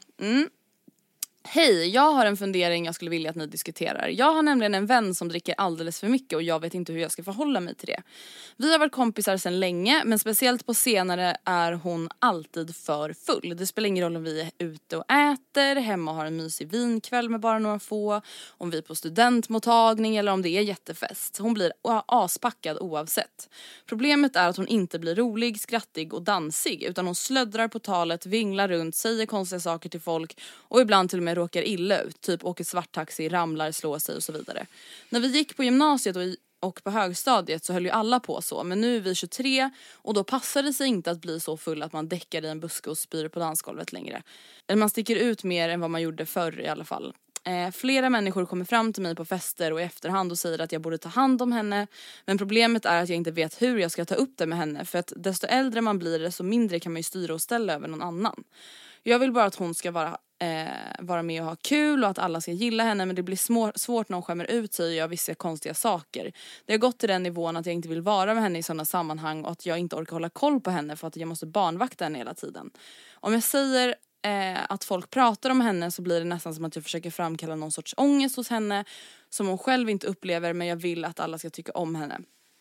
Hej, jag har en fundering jag skulle vilja att ni diskuterar. Jag har nämligen en vän som dricker alldeles för mycket och jag vet inte hur jag ska förhålla mig till det. Vi har varit kompisar sedan länge, men speciellt på senare är hon alltid för full. Det spelar ingen roll om vi är ute och äter, hemma och har en mysig vinkväll med bara några få, om vi är på studentmottagning eller om det är jättefest. Hon blir aspackad oavsett. Problemet är att hon inte blir rolig, skrattig och dansig, utan hon slöddrar på talet, vinglar runt, säger konstiga saker till folk och ibland till och med råkar illa ut, typ åker svarttaxi, ramlar, slår sig och så vidare. När vi gick på gymnasiet och på högstadiet så höll ju alla på så, men nu är vi 23 och då passar det sig inte att bli så full att man däckar i en buske och spyr på dansgolvet längre. Eller man sticker ut mer än vad man gjorde förr i alla fall. Flera människor kommer fram till mig på fester och i efterhand och säger att jag borde ta hand om henne, men problemet är att jag inte vet hur jag ska ta upp det med henne, för att desto äldre man blir desto mindre kan man ju styra och ställa över någon annan. Jag vill bara att hon ska vara med och ha kul och att alla ska gilla henne, men det blir svårt när hon skämmer ut sig och gör vissa konstiga saker. Det har gått till den nivån att jag inte vill vara med henne i sådana sammanhang och att jag inte orkar hålla koll på henne för att jag måste barnvakta henne hela tiden. Om jag säger att folk pratar om henne så blir det nästan som att jag försöker framkalla någon sorts ångest hos henne som hon själv inte upplever, men jag vill att alla ska tycka om henne.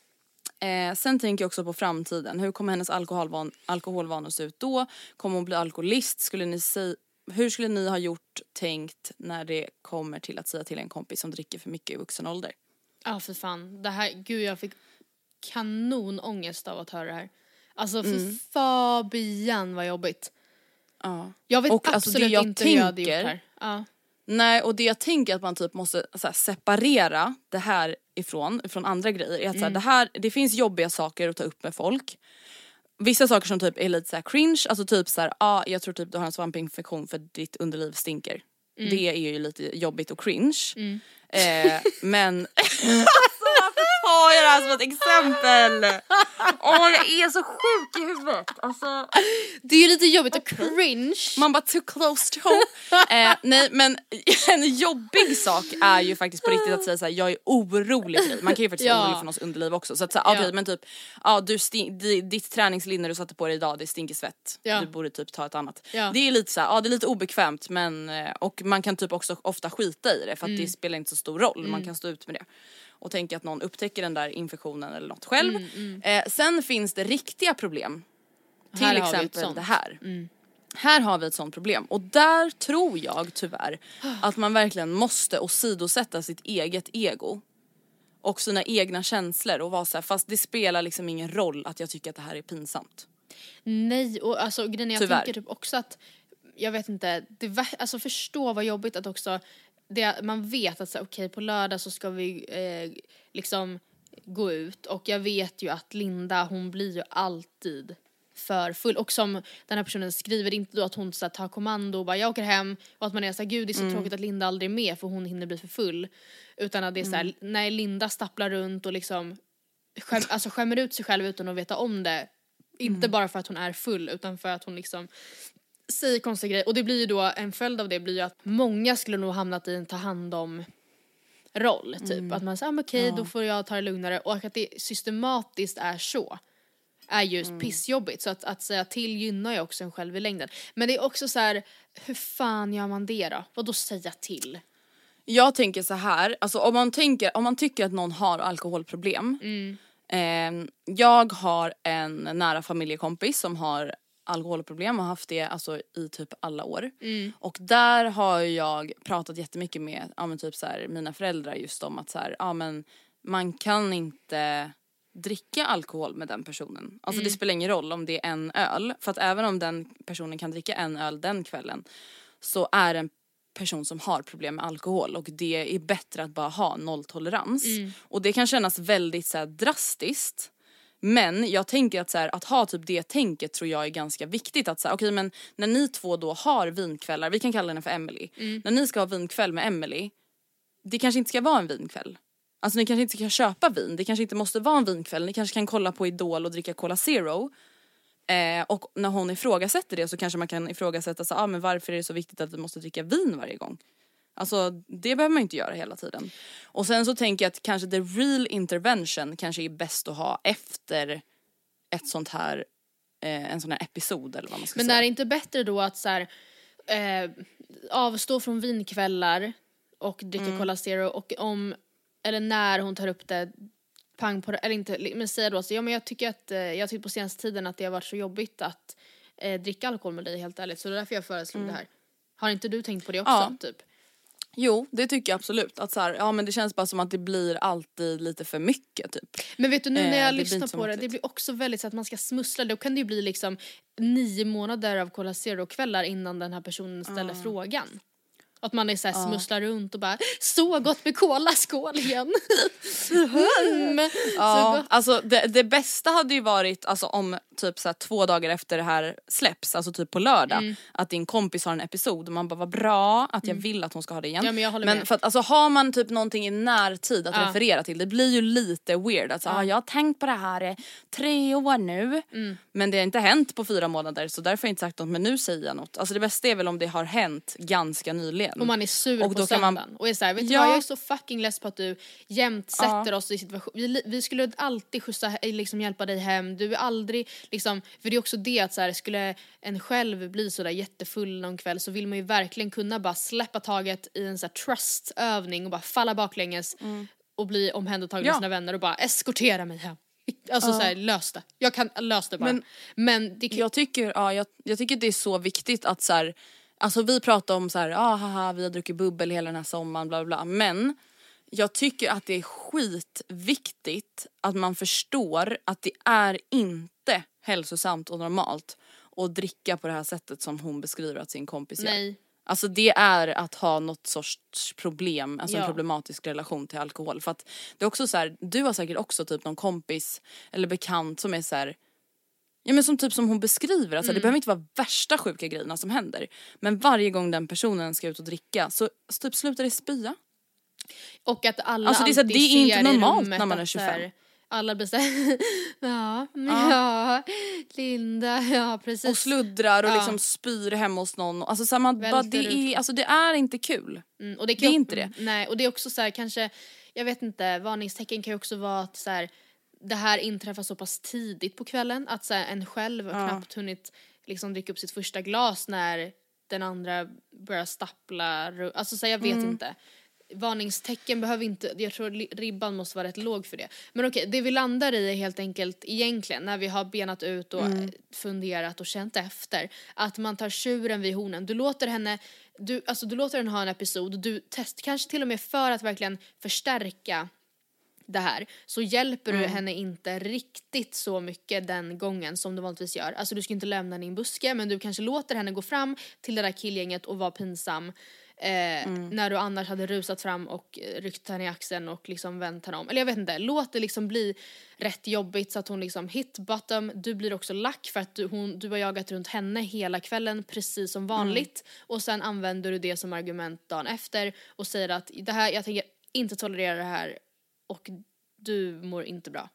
Sen tänker jag också på framtiden. Hur kommer hennes alkoholvanor se ut då? Kommer hon bli alkoholist? Hur skulle ni ha tänkt när det kommer till att säga till en kompis som dricker för mycket i vuxen ålder? Ja, för fan. Jag fick kanonångest av att höra det här. Alltså för Fabian vad jobbigt. Ja. Jag vet och absolut inte hur jag hade gjort här. Ja. Nej, och det jag tänker att man typ måste separera det här ifrån andra grejer är att det finns jobbiga saker att ta upp med folk. Vissa saker som typ är lite så här cringe, alltså typ så här, jag tror typ du har en svampinfektion för ditt underliv stinker. Det är ju lite jobbigt och cringe. Men alltså varför tar jag det här som ett exempel? Jag är så sjuk i huvudet. Alltså, det är ju lite jobbigt och cringe. Man bara too close to home. Nej, men en jobbig sak är ju faktiskt på riktigt att säga så här, jag är orolig för dig. Man kan ju faktiskt vara orolig för någons underliv också. Så att säga, okej, men typ ditt träningslinne du satte på dig idag, det stinker svett. Du borde typ ta ett annat. Det är lite så här, det är lite obekvämt, men och man kan typ också ofta skita i det för att det spelar inte så stor roll. Man kan stå ut med det och tänka att någon upptäcker den där infektionen eller något själv. Sen finns det riktiga problem. Till exempel det här. Här har vi ett sånt problem. Och där tror jag tyvärr att man verkligen måste åsidosätta sitt eget ego och sina egna känslor och vara så här, fast det spelar liksom ingen roll att jag tycker att det här är pinsamt. Nej, och alltså grejen jag tänker typ också att jag vet inte, alltså förstå vad jobbigt att också man vet att okej, på lördag så ska vi liksom gå ut, och jag vet ju att Linda, hon blir ju alltid för full, och som den här personen skriver, inte då att hon så här, tar kommando och bara jag åker hem, och att man är så här, gud det är så tråkigt att Linda aldrig är med för hon hinner bli för full, utan att det är så här, när Linda stapplar runt och liksom skämmer ut sig själv utan att veta om det, inte bara för att hon är full utan för att hon liksom säger konstiga grejer. Och det blir ju då, en följd av det blir ju att många skulle nog hamnat i en ta hand om roll typ, att man säger okej, då får jag ta det lugnare, och att det systematiskt är ju pissjobbigt, så att säga till gynnar ju också en själv i längden. Men det är också så här, hur fan gör man det då? Vad då säga till? Jag tänker så här, alltså om man tycker att någon har alkoholproblem. Jag har en nära familjekompis som har alkoholproblem och haft det alltså i typ alla år. Och där har jag pratat jättemycket med typ så här, mina föräldrar just om att så här, men man kan inte dricka alkohol med den personen. Alltså det spelar ingen roll om det är en öl, för att även om den personen kan dricka en öl den kvällen, så är den person som har problem med alkohol och det är bättre att bara ha nolltolerans. Och det kan kännas väldigt så här drastiskt. Men jag tänker att så här, att ha typ det tänket tror jag är ganska viktigt. Att så här, okej, men när ni två då har vinkvällar, vi kan kalla henne för Emily. När ni ska ha vinkväll med Emily, det kanske inte ska vara en vinkväll. Alltså ni kanske inte ska köpa vin, det kanske inte måste vara en vinkväll. Ni kanske kan kolla på Idol och dricka Cola Zero. Och när hon ifrågasätter det så kanske man kan ifrågasätta så, men varför är det så viktigt att vi måste dricka vin varje gång? Alltså det behöver man inte göra hela tiden. Och sen så tänker jag att kanske the real intervention kanske är bäst att ha efter ett sånt här en sån här episod eller vad man ska säga. Men är det inte bättre då att så här, avstå från vinkvällar och dricka Cola Zero och om eller när hon tar upp det pang på eller inte, men säga då så, men jag tycker att jag tycker på senaste tiden att det har varit så jobbigt att dricka alkohol med dig helt ärligt, så det är därför jag föreslog det här. Har inte du tänkt på det också typ? Jo, det tycker jag absolut. Att så här, men det känns bara som att det blir alltid lite för mycket typ. Men vet du, nu när jag lyssnar på det blir också väldigt så att man ska smussla. Då kan det ju bli liksom 9 månader av Cola Zero-kvällar innan den här personen ställer frågan. Att man är så här, smusslar runt och bara, så gott med cola, skål igen. Alltså det bästa hade ju varit alltså, om typ så här, 2 dagar efter det här släpps, alltså typ på lördag, att din kompis har en episod och man bara, vad bra att jag vill att hon ska ha det igen. Ja, men jag håller med. För att alltså, har man typ någonting i närtid att referera till, det blir ju lite weird. Alltså, jag har tänkt på det här i 3 år nu, men det har inte hänt på 4 månader, så därför har jag inte sagt något, men nu säger jag något. Alltså det bästa är väl om det har hänt ganska nyligen. Och man är sur och på söndagen. Och är såhär, vet du vad, jag är så fucking less på att du jämt sätter oss i situation. Vi skulle alltid skjutsa, liksom hjälpa dig hem. Du är aldrig, liksom, för det är också det att så här, skulle en själv bli sådär jättefull någon kväll så vill man ju verkligen kunna bara släppa taget i en så här trustövning och bara falla baklänges och bli omhändertagen av sina vänner och bara eskortera mig hem. Alltså såhär, lös det. Jag kan lösa det bara. Men det jag tycker det är så viktigt att så här, alltså vi pratar om så här, vi har druckit bubbel hela den här sommaren, bla bla bla. Men jag tycker att det är skitviktigt att man förstår att det är inte hälsosamt och normalt att dricka på det här sättet som hon beskriver att sin kompis gör. Nej. Alltså det är att ha något sorts problem, alltså en problematisk relation till alkohol. För att det är också så här, du har säkert också typ någon kompis eller bekant som är så här, ja men som typ som hon beskriver, alltså det behöver inte vara värsta sjuka grejerna som händer. Men varje gång den personen ska ut och dricka så typ slutar det spya. Och att alla alltså det är inte normalt när man är 25. Här, alla blir såhär, ja, Linda, ja precis. Och sluddrar och liksom spyr hemma hos någon. Alltså så här, man bara, det är inte kul. Och det är inte det. Nej, och det är också så här, kanske, jag vet inte, varningstecken kan ju också vara att så här, det här inträffar så pass tidigt på kvällen att så här, en själv har knappt hunnit liksom dricka upp sitt första glas när den andra börjar stappla. Alltså så här, jag vet inte. Varningstecken behöver inte, jag tror ribban måste vara rätt låg för det. Men okej, det vi landar i är helt enkelt egentligen när vi har benat ut och funderat och känt efter, att man tar tjuren vid hornen. Du låter henne ha en episod, du kanske till och med för att verkligen förstärka det här, så hjälper du henne inte riktigt så mycket den gången som du vanligtvis gör. Alltså du ska inte lämna henne i en buske, men du kanske låter henne gå fram till det där killgänget och vara pinsam när du annars hade rusat fram och ryckt henne i axeln och liksom vänt henne om. Eller jag vet inte, låt det liksom bli rätt jobbigt så att hon liksom hit bottom. Du blir också lack för att du har jagat runt henne hela kvällen precis som vanligt. Och sen använder du det som argument dagen efter och säger att det här, jag tänker inte tolerera det här och du mår inte bra.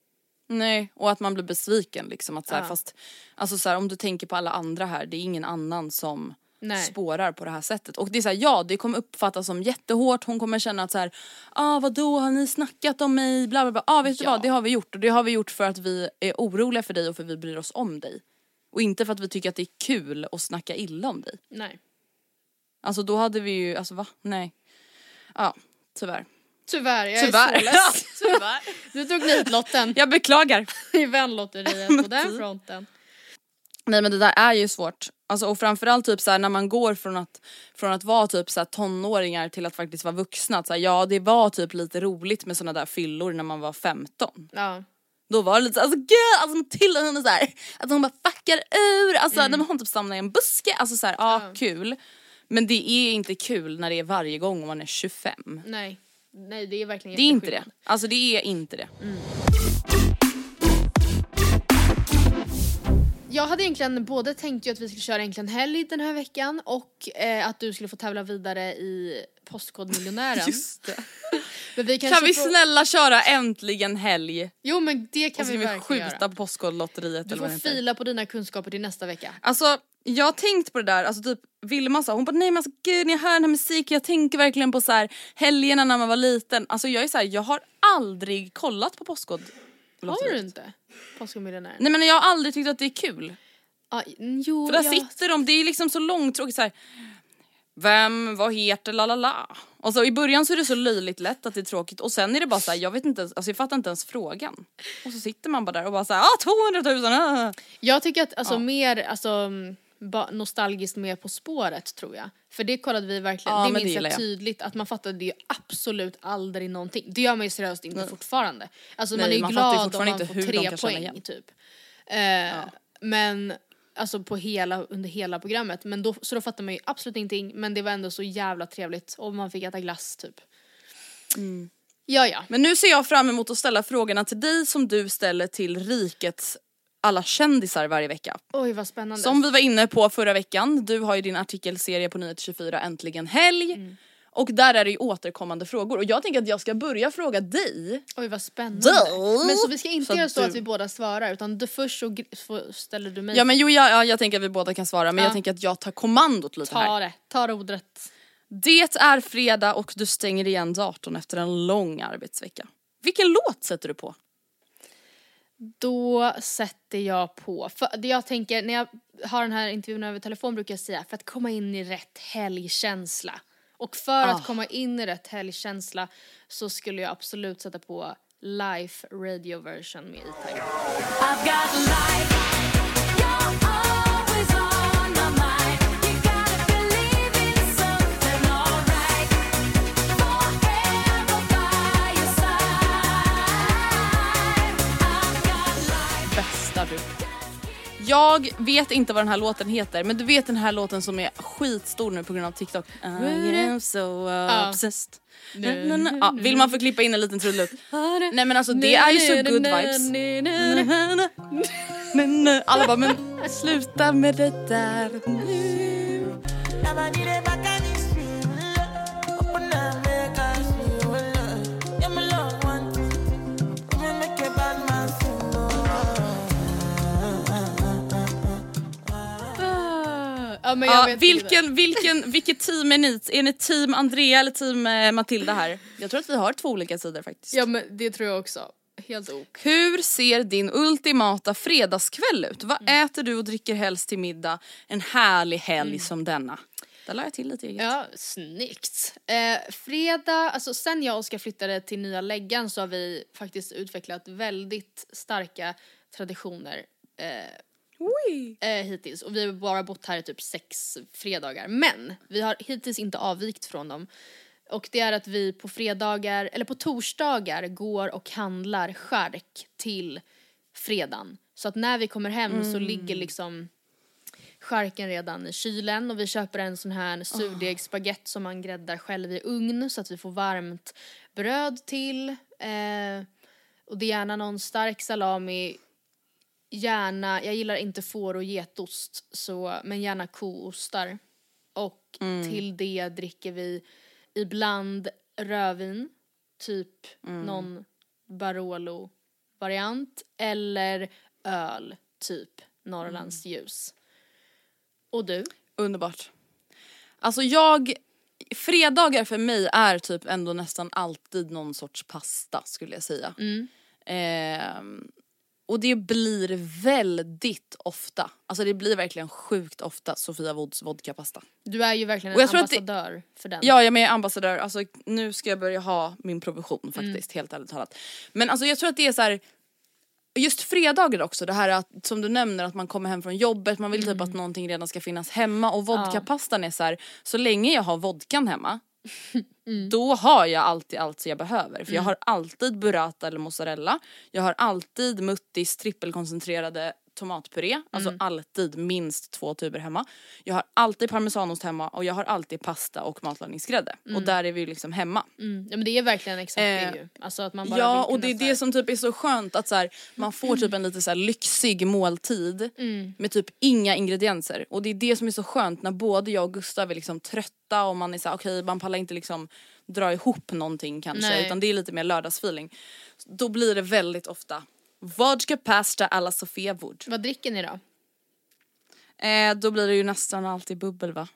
Nej, och att man blir besviken liksom att så här, fast alltså så här, om du tänker på alla andra här, det är ingen annan som spårar på det här sättet. Och det är så här, det kommer uppfattas som jättehårt. Hon kommer känna att så här, vadå, har ni snackat om mig? Bla bla bla. Vet du vad, det har vi gjort. Och det har vi gjort för att vi är oroliga för dig och för att vi bryr oss om dig. Och inte för att vi tycker att det är kul att snacka illa om dig. Nej. Alltså då hade vi ju, alltså va? Nej. Ja, tyvärr. Tyvärr, jag är så less. Tyvärr. Du tog nitlotten. Jag beklagar. I vänlotteriet på den fronten. Nej, men det där är ju svårt. Alltså, och framförallt typ så här, när man går från att vara typ så här, tonåringar till att faktiskt vara vuxna. Att, så här, det var typ lite roligt med såna där fyllor när man var 15. Ja. Då var det lite så, alltså gud, alltså till henne så här, att hon bara fuckar ur. Alltså när hon typ samlar i en buske. Alltså så här, kul. Men det är inte kul när det är varje gång om man är 25. Nej, det är verkligen det är inte det. Alltså det är inte det. Jag hade egentligen både tänkt ju att vi skulle köra egentligen helg den här veckan och att du skulle få tävla vidare i Postkodmiljonären. Just det. Men vi kan vi snälla köra äntligen helg? Jo, men det kan vi verkligen skjuta göra. På Postkodlotteriet. Du får fila på dina kunskaper till nästa vecka. Alltså, jag har tänkt på det där, alltså typ Vilma sa, hon bara nej men alltså gud när jag hör den här musiken, jag tänker verkligen på så här helgerna när man var liten. Alltså jag är så här, jag har aldrig kollat på Postkodlotteriet. Har du inte? Postkodmiljonären? Nej men jag har aldrig tyckt att det är kul. Jo, för där sitter de, det är liksom så långtråkigt så här. Vem, vad heter lalala? Och så i början så är det så löjligt lätt att det är tråkigt. Och sen är det bara så här, jag vet inte, alltså jag fattar inte ens frågan. Och så sitter man bara där och bara så här, 200 000. Jag tycker att alltså mer, alltså nostalgiskt mer På spåret tror jag. För det kollade vi verkligen, det minns jag tydligt att man fattade ju absolut aldrig någonting. Det gör man ju seriöst inte fortfarande. Alltså man är ju glad om man får 3 poäng typ. Men alltså under hela programmet. Men då fattar man ju absolut ingenting. Men det var ändå så jävla trevligt. Och man fick äta glass typ. Ja. Men nu ser jag fram emot att ställa frågorna till dig som du ställer till rikets alla kändisar varje vecka. Oj, vad spännande. Som vi var inne på förra veckan. Du har ju din artikelserie på Nyheter 24 Äntligen helg. Och där är det ju återkommande frågor. Och jag tänker att jag ska börja fråga dig. Oj, vad spännande. Men så vi ska inte göra så att vi båda svarar. Utan du först så ställer du mig. Ja, men jag tänker att vi båda kan svara. Men jag tänker att jag tar kommandot lite här. Ta rodret. Det är fredag och du stänger igen datorn efter en lång arbetsvecka. Vilken låt sätter du på? Då sätter jag på, för jag tänker när jag har den här intervjun över telefon brukar jag säga för att komma in i rätt helgkänsla. Och för att komma in i rätt helgkänsla så skulle jag absolut sätta på Life Radio version med E-Type. I've got life. Jag vet inte vad den här låten heter, men du vet den här låten som är skitstor nu på grund av TikTok. I am so obsessed. Vill man få klippa in en liten trudelutt? Nej men alltså det är ju så good vibes. Alla bara, men sluta med det där nu. Men vilket team är ni? Är ni team Andrea eller team Matilda här? Jag tror att vi har 2 olika sidor faktiskt. Ja, men det tror jag också. Helt ok. Hur ser din ultimata fredagskväll ut? Vad äter du och dricker helst till middag en härlig helg som denna? Där la jag till lite eget. Ja, snyggt. Fredag, alltså sen jag och Oskar flyttade till nya läggan så har vi faktiskt utvecklat väldigt starka traditioner hittills. Och vi har bara bott här i typ 6 fredagar. Men vi har hittills inte avvikt från dem. Och det är att vi på fredagar, eller på torsdagar går och handlar skärk till fredagen. Så att när vi kommer hem så ligger liksom skärken redan i kylen. Och vi köper en sån här surdegsbaguette som man gräddar själv i ugn. Så att vi får varmt bröd till. Och det är gärna någon stark salami. Gärna, jag gillar inte får och getost, men gärna koostar. Och till det dricker vi ibland rödvin, typ någon Barolo-variant. Eller öl, typ Norrlands ljus. Och du? Underbart. Alltså fredagar för mig är typ ändå nästan alltid någon sorts pasta skulle jag säga. Och det blir väldigt ofta. Alltså det blir verkligen sjukt ofta Sofia Woods vodkapasta. Du är ju verkligen en ambassadör för den. Ja, jag är ambassadör. Alltså nu ska jag börja ha min provision faktiskt, helt ärligt talat. Men alltså jag tror att det är så här. Just fredagar också, det här att, som du nämner, att man kommer hem från jobbet, man vill typ att någonting redan ska finnas hemma. Och vodkapastan är så här, så länge jag har vodkan hemma då har jag alltid allt jag behöver. För jag har alltid burrata eller mozzarella. Jag har alltid Muttis trippelkoncentrerade tomatpuré, alltså alltid minst 2 tuber hemma. Jag har alltid parmesanost hemma och jag har alltid pasta och matlagningsgrädde. Och där är vi liksom hemma. Ja, men det är verkligen exakt det ju. Alltså att man bara ja, och det är det som typ är så skönt att så här, man får typ en lite så här lyxig måltid med typ inga ingredienser. Och det är det som är så skönt när både jag och Gustav är liksom trötta och man är så här, okej, man pallar inte liksom dra ihop någonting kanske, utan det är lite mer lördagsfeeling. Då blir det väldigt ofta vodka pasta alla Sofia Wood. Vad dricker ni då? Då blir det ju nästan alltid bubbel, va?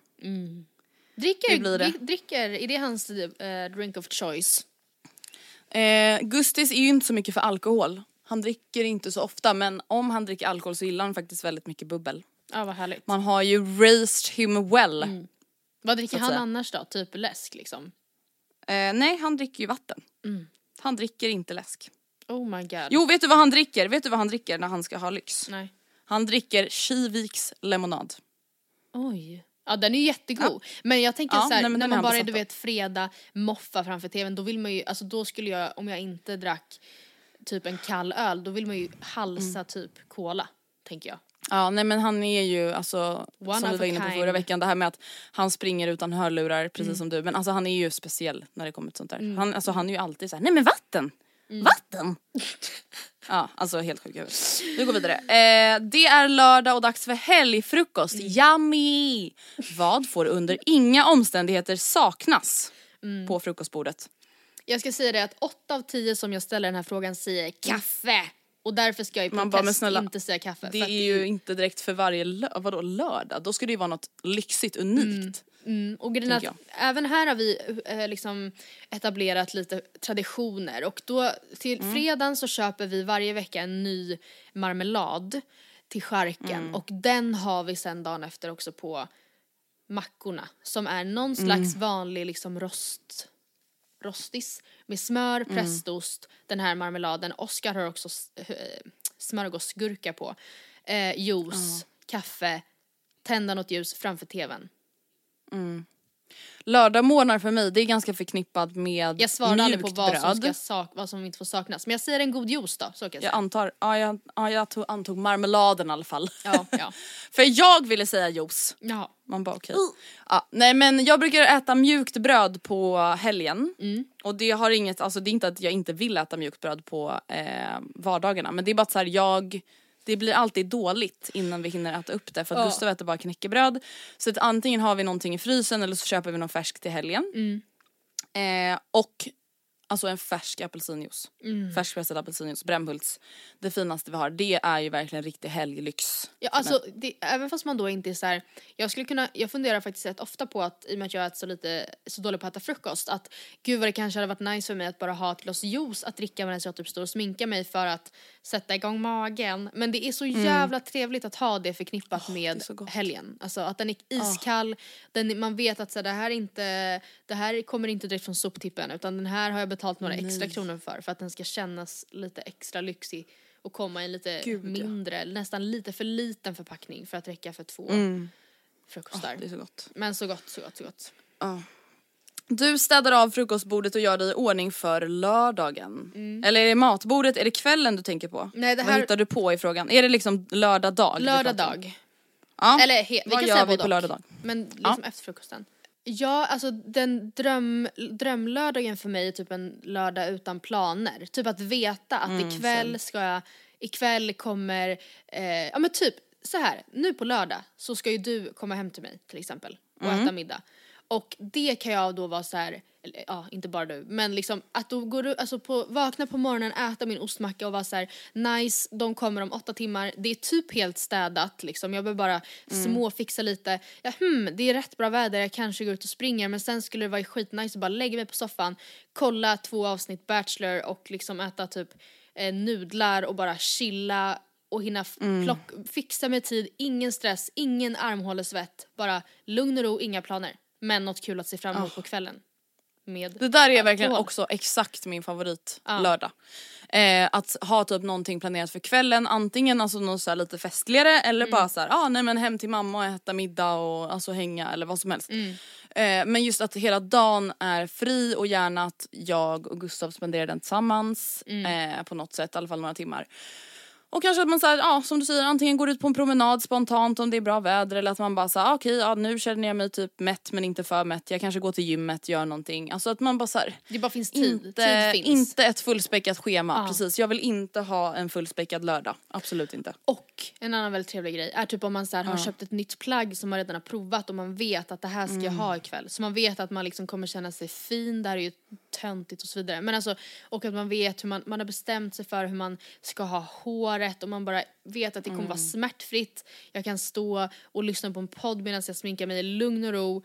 Dricker, är det hans drink of choice? Gustis är ju inte så mycket för alkohol. Han dricker inte så ofta, men om han dricker alkohol så gillar han faktiskt väldigt mycket bubbel. Ja, vad härligt. Man har ju raised him well. Vad dricker han annars då? Typ läsk liksom? Nej, han dricker ju vatten. Han dricker inte läsk. Oh my god. Jo, vet du vad han dricker? Vet du vad han dricker när han ska ha lyx? Nej. Han dricker Kiviks lemonad. Oj. Ja, den är ju jättegod. Ja. Men jag tänker så här, när man bara är, du vet, fredag moffa framför tvn, då vill man ju, alltså då skulle jag, om jag inte drack typ en kall öl, då vill man ju halsa typ cola, tänker jag. Ja, nej men han är ju alltså, som vi var inne på förra veckan, det här med att han springer utan hörlurar precis som du, men alltså han är ju speciell när det kommer till sånt där. Han är ju alltid så här, nej men vatten! Vatten! Ja, alltså helt sjukt. Vi går vidare. Det är lördag och dags för helgfrukost. Yummy! Vad får under inga omständigheter saknas på frukostbordet? Jag ska säga det att 8 av 10 som jag ställer den här frågan säger kaffe. Och därför ska jag i protest inte säga kaffe. Det är ju inte direkt för varje lördag. Då ska det ju vara något lyxigt, unikt. Och grejen att även här har vi liksom etablerat lite traditioner. Och då till fredagen så köper vi varje vecka en ny marmelad till charken. Och den har vi sen dagen efter också på mackorna. Som är någon slags vanlig liksom rostis med smör, prästost, den här marmeladen. Oscar har också smörgåsgurka på. Juice, kaffe, tända något ljus framför tvn. Lördagmorgnar för mig, det är ganska förknippat med jag svarar aldrig på vad som inte får saknas. Men jag säger en god juice då, så kan jag säga. Jag antog marmeladen i alla fall. Ja. För jag ville säga juice. Ja. Man bara okej. Ja, nej men jag brukar äta mjukt bröd på helgen. Och det har inget, alltså det är inte att jag inte vill äta mjukt bröd på vardagarna. Men det är bara så här, det blir alltid dåligt innan vi hinner äta upp det. För att Gustav äter bara knäckebröd. Så att antingen har vi någonting i frysen eller så köper vi någon färsk till helgen. Och alltså en färsk apelsinjuice. Färskpressad apelsinjuice, Brämhults. Det finaste vi har, det är ju verkligen riktig helglyx. Ja, alltså även fast man då inte är så här, jag funderar faktiskt rätt ofta på att, i och med att jag äter så dåligt på att äta frukost, att gud vad det kanske hade varit nice för mig att bara ha ett glas juice att dricka medan jag typ står och sminkar mig för att sätta igång magen. Men det är så jävla trevligt att ha det förknippat med helgen. Alltså att den är iskall, man vet att så här, det här kommer inte direkt från soptippen, utan den här har jag betalt några extra kronor för att den ska kännas lite extra lyxig och komma i en lite mindre, nästan lite för liten förpackning för att räcka för 2 frukostar. Det är så gott. Men så gott. Du städar av frukostbordet och gör dig i ordning för lördagen. Eller är det matbordet, är det kvällen du tänker på? Nej, Vad hittar du på i frågan? Är det liksom lördag dag? Lördag dag. Ja. Eller vi kan säga vi på lördag dag? Men liksom efter frukosten. Ja, alltså den drömlördagen för mig är typ en lördag utan planer. Typ att veta att ikväll kommer, ja men typ så här, nu på lördag så ska ju du komma hem till mig till exempel och äta middag. Och det kan jag då vara så här, eller, ja, inte bara du, men liksom att då går du, alltså vakna på morgonen, äta min ostmacka och vara så här, nice, de kommer om 8 timmar, det är typ helt städat liksom, jag behöver bara småfixa lite, det är rätt bra väder, jag kanske går ut och springer, men sen skulle det vara skitnice att bara lägga mig på soffan, kolla 2 avsnitt Bachelor och liksom äta typ nudlar och bara chilla och hinna fixa med tid, ingen stress, ingen armhålesvett, bara lugn och ro, inga planer. Men något kul att se fram emot på kvällen. Det där är verkligen också exakt min favorit lördag. Att ha typ någonting planerat för kvällen. Antingen alltså något så här lite festligare. Eller bara så här, nej men hem till mamma och äta middag och alltså hänga eller vad som helst. Men just att hela dagen är fri och gärna att jag och Gustav spenderar den tillsammans. På något sätt, i alla fall några timmar. Och kanske att man så här, som du säger, antingen går ut på en promenad spontant om det är bra väder. Eller att man bara så här, nu känner jag mig typ mätt men inte för mätt. Jag kanske går till gymmet, gör någonting. Alltså att man bara så här, det bara finns tid. Tid finns. Inte ett fullspäckat schema, precis. Jag vill inte ha en fullspäckad lördag, absolut inte. Och en annan väldigt trevlig grej är typ om man så här, har köpt ett nytt plagg som man redan har provat och man vet att det här ska jag ha ikväll. Så man vet att man liksom kommer känna sig fin, det här är ju töntigt och så vidare. Men alltså, och att man vet hur man har bestämt sig för hur man ska ha håret och man bara vet att det kommer vara smärtfritt. Jag kan stå och lyssna på en podd medan jag sminkar mig i lugn och ro.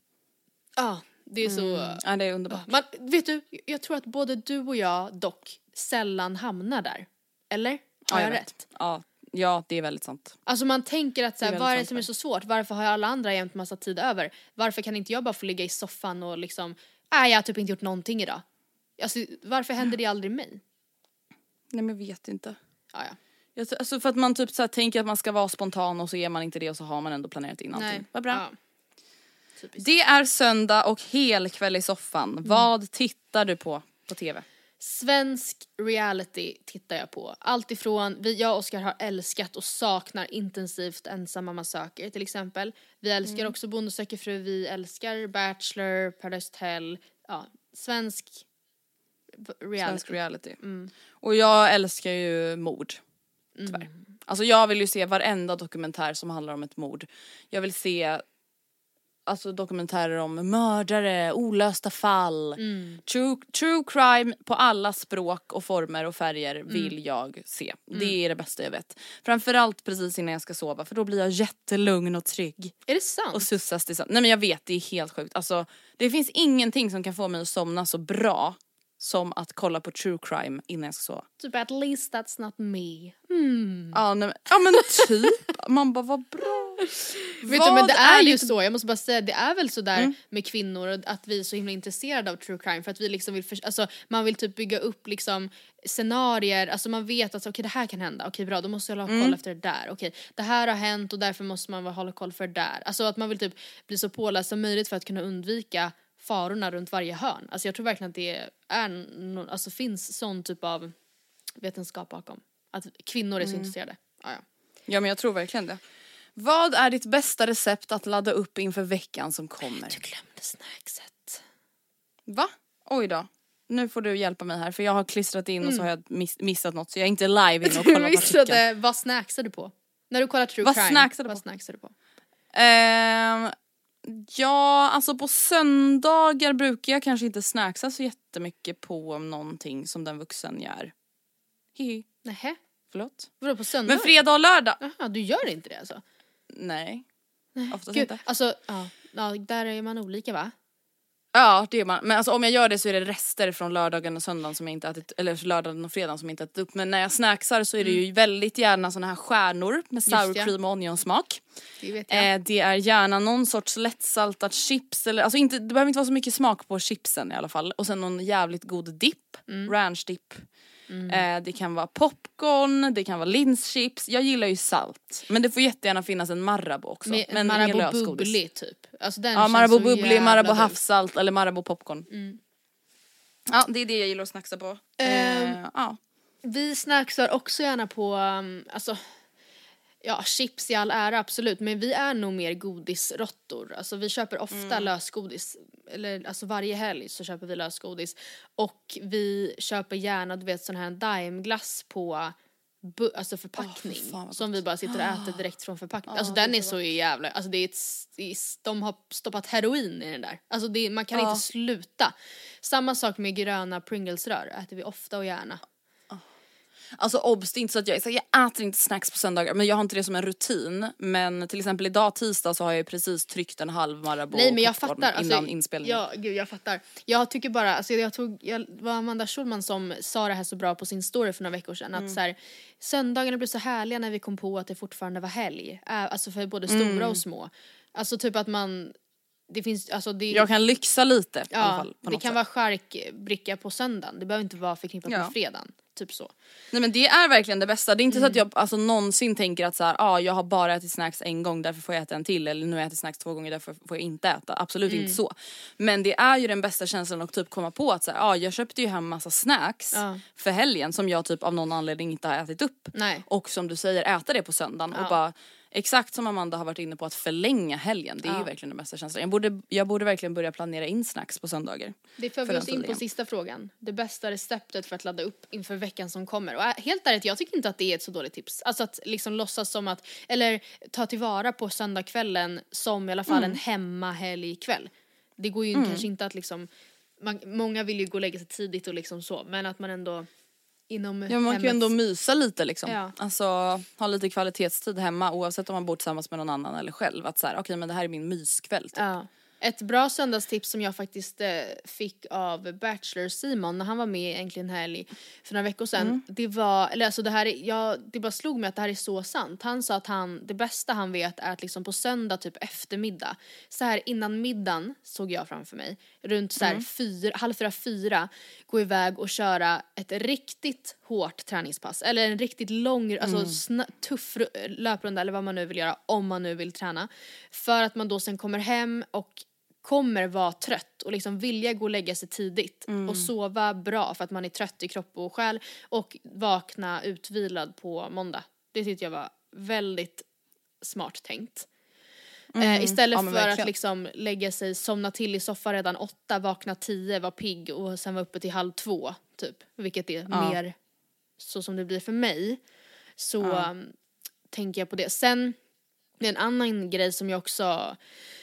Det är så... Ja, det är underbart. Vet du, jag tror att både du och jag dock sällan hamnar där. Eller? Har jag rätt? Ja, det är väldigt sant. Alltså man tänker att så här, vad är det som är så svårt? Varför har alla andra jämt massa tid över? Varför kan inte jag bara få ligga i soffan och liksom, jag har typ inte gjort någonting idag. Alltså, varför händer det aldrig mig? Nej, men jag vet inte. Ja. Alltså för att man typ så här tänker att man ska vara spontan och så är man inte det och så har man ändå planerat in allting. Vad bra. Ja. Det är söndag och helkväll i soffan. Vad tittar du på tv? Svensk reality tittar jag på. Allt ifrån, jag och Oskar har älskat och saknar intensivt Ensamma man söker till exempel. Vi älskar också Bonde söker fru, vi älskar Bachelor, Paradise Hotel. Ja, svensk reality. Och jag älskar ju mord, tyvärr. Alltså jag vill ju se varenda dokumentär som handlar om ett mord. Jag vill se dokumentärer om mördare, olösta fall. True crime på alla språk och former och färger vill jag se. Det är det bästa jag vet. Framförallt precis innan jag ska sova, för då blir jag jättelugn och trygg. Är det sant? Och sussas till sant. Nej men jag vet, det är helt sjukt. Alltså, det finns ingenting som kan få mig att somna så bra som att kolla på true crime innan jag ska sova. Typ at least that's not me. Ja men typ. Man bara, vad bra. Vet du, men det är ju så, jag måste bara säga, det är väl så där med kvinnor att vi är så himla intresserade av true crime för att vi liksom vill, man vill typ bygga upp liksom scenarier, alltså man vet att okej, det här kan hända, okej bra, då måste jag hålla koll efter det där, okej, det här har hänt och därför måste man hålla koll för det där, alltså att man vill typ bli så påläst som möjligt för att kunna undvika farorna runt varje hörn. Alltså jag tror verkligen att det är finns sån typ av vetenskap bakom att kvinnor är så intresserade. Ja men jag tror verkligen det. Vad är ditt bästa recept att ladda upp inför veckan som kommer? Du glömde snackset. Va? Oj då. Nu får du hjälpa mig här, för jag har klistrat in och så har jag missat något, så jag är inte live inne och kollar på artikeln. Vad snacksar du på? När du kollar true crime. Vad snacksar du på? Ja, alltså på söndagar brukar jag kanske inte snacksa så jättemycket på någonting som den vuxen gör. Hihi. Nähä. Förlåt? Vadå på söndag? Men fredag och lördag. Jaha, du gör inte det alltså? Nej. Oftast Gud, inte. Alltså, där är man olika va? Ja, det är man. Men alltså om jag gör det så är det rester från lördagen och söndagen som jag inte ätit, eller lördagen och fredagen som jag inte ätit upp. Men när jag snacksar så är det ju väldigt gärna såna här stjärnor med sour cream och onionsmak. Det vet jag. Det är gärna någon sorts lättsaltat chips eller alltså det behöver inte vara så mycket smak på chipsen i alla fall. Och sen någon jävligt god dipp, ranch dip. Det kan vara popcorn, det kan vara linschips. Jag gillar ju salt. Men det får jättegärna finnas en Marabou också. Men Marabou bubbly typ. Alltså den Marabou bubbly, Marabou havssalt eller Marabou popcorn. Ja, det är det jag gillar att snacksa på. Vi snacksar också gärna på chips i all ära, absolut. Men vi är nog mer godisrottor. Alltså vi köper ofta lösgodis. Eller alltså varje helg så köper vi lösgodis. Och vi köper gärna, du vet, sån här daimglass på förpackning. Som vi bara sitter och äter direkt från förpackning. Alltså den är så jävla, alltså de har stoppat heroin i den där. Alltså man kan inte sluta. Samma sak med gröna Pringles-rör äter vi ofta och gärna. Alltså obst, inte så att jag äter inte snacks på söndagar, men jag har inte det som en rutin. Men till exempel idag tisdag så har jag precis tryckt en halv Marabou. Nej men jag fattar innan inspelningen. Ja, gud jag fattar. Jag tycker bara, alltså det var Amanda Schulman som sa det här så bra på sin story för några veckor sedan. Att så här, söndagarna blev så härliga när vi kom på att det fortfarande var helg. Alltså för både stora och små. Alltså typ att det finns, alltså jag kan lyxa lite i alla fall. Det kan vara charkbricka på söndagen. Det behöver inte vara förknippat med fredagen. typ så. Nej men det är verkligen det bästa. Det är inte så att jag alltså, någonsin tänker att så här, jag har bara ätit snacks en gång, därför får jag äta en till. Eller nu har jag ätit snacks 2 gånger, därför får jag inte äta. Absolut inte så. Men det är ju den bästa känslan att typ komma på att så här, jag köpte ju hem massa snacks för helgen som jag typ av någon anledning inte har ätit upp. Nej. Och som du säger, äta det på söndagen och bara... Exakt som Amanda har varit inne på, att förlänga helgen. Det är ju verkligen den bästa känslan. Jag borde verkligen börja planera in snacks på söndagar. Det för oss in på sista frågan. Det bästa receptet för att ladda upp inför veckan som kommer. Och helt ärligt, jag tycker inte att det är ett så dåligt tips. Alltså att liksom låtsas som att, eller ta tillvara på söndagskvällen som i alla fall en hemmahelgkväll. Det går ju kanske inte att liksom, många vill ju gå och lägga sig tidigt och liksom så. Men att man ändå... man kan ju ändå mysa lite liksom. Alltså ha lite kvalitetstid hemma, oavsett om man bor tillsammans med någon annan eller själv. Att så här, okej, men det här är min myskväll typ. Ett bra söndagstips som jag faktiskt fick av Bachelor Simon när han var med Äntligen Helg för några veckor sedan. Det var, eller alltså det här, det bara slog mig att det här är så sant. Han sa att det bästa han vet är att liksom på söndag typ eftermiddag, så här innan middagen såg jag framför mig, runt så här 3:30-4 gå iväg och köra ett riktigt hårt träningspass eller en riktigt lång, alltså tuff löprunda eller vad man nu vill göra, om man nu vill träna, för att man då sen kommer hem och kommer vara trött och liksom vilja gå och lägga sig tidigt och sova bra för att man är trött i kropp och själ och vakna utvilad på måndag. Det tyckte jag var väldigt smart tänkt. Istället för att liksom lägga sig, somna till i soffan redan 8, vakna 10, vara pigg och sen vara uppe till 1:30 typ, vilket är mer så som det blir för mig. Så tänker jag på det. Sen en annan grej som jag också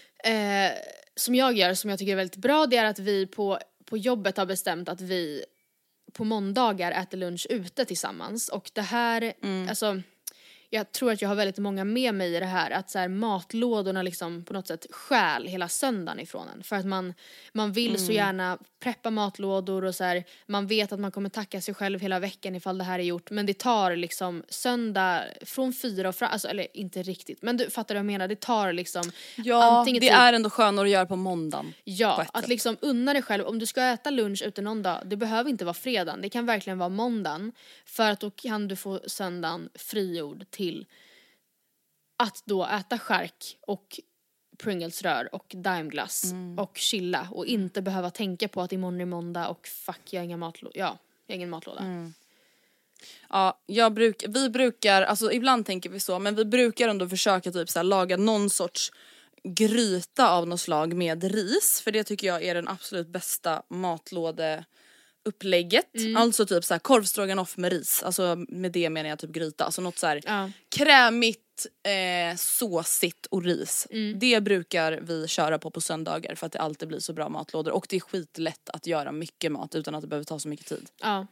som jag gör, som jag tycker är väldigt bra, det är att vi på jobbet har bestämt att vi på måndagar äter lunch ute tillsammans. Och det här, alltså jag tror att jag har väldigt många med mig i det här, att så här, matlådorna liksom på något sätt stjäl hela söndagen ifrån en. För att man vill så gärna preppa matlådor och så här, man vet att man kommer tacka sig själv hela veckan ifall det här är gjort. Men det tar liksom söndag från 4 och fram, alltså, eller inte riktigt, men du fattar vad jag menar, det tar liksom antingen det är ändå skönare att göra på måndagen. Ja, att liksom unna dig själv, om du ska äta lunch ute någon dag, det behöver inte vara fredagen, det kan verkligen vara måndagen, för att då kan du få söndagen frigjord till att då äta skärk och Pringlesrör och Daimglass och chilla och inte behöva tänka på att imorgon är måndag och fuck, jag har ingen matlåda. Ja, vi brukar, alltså ibland tänker vi så, men vi brukar ändå försöka typ så här, laga någon sorts gryta av något slag med ris, för det tycker jag är den absolut bästa matlådeupplägget. Alltså typ så här korvstroganoff med ris, alltså med det menar jag typ gryta, alltså något så här krämigt, såsigt och ris. Det brukar vi köra på söndagar för att det alltid blir så bra matlådor, och det är skitlätt att göra mycket mat utan att det behöver ta så mycket tid.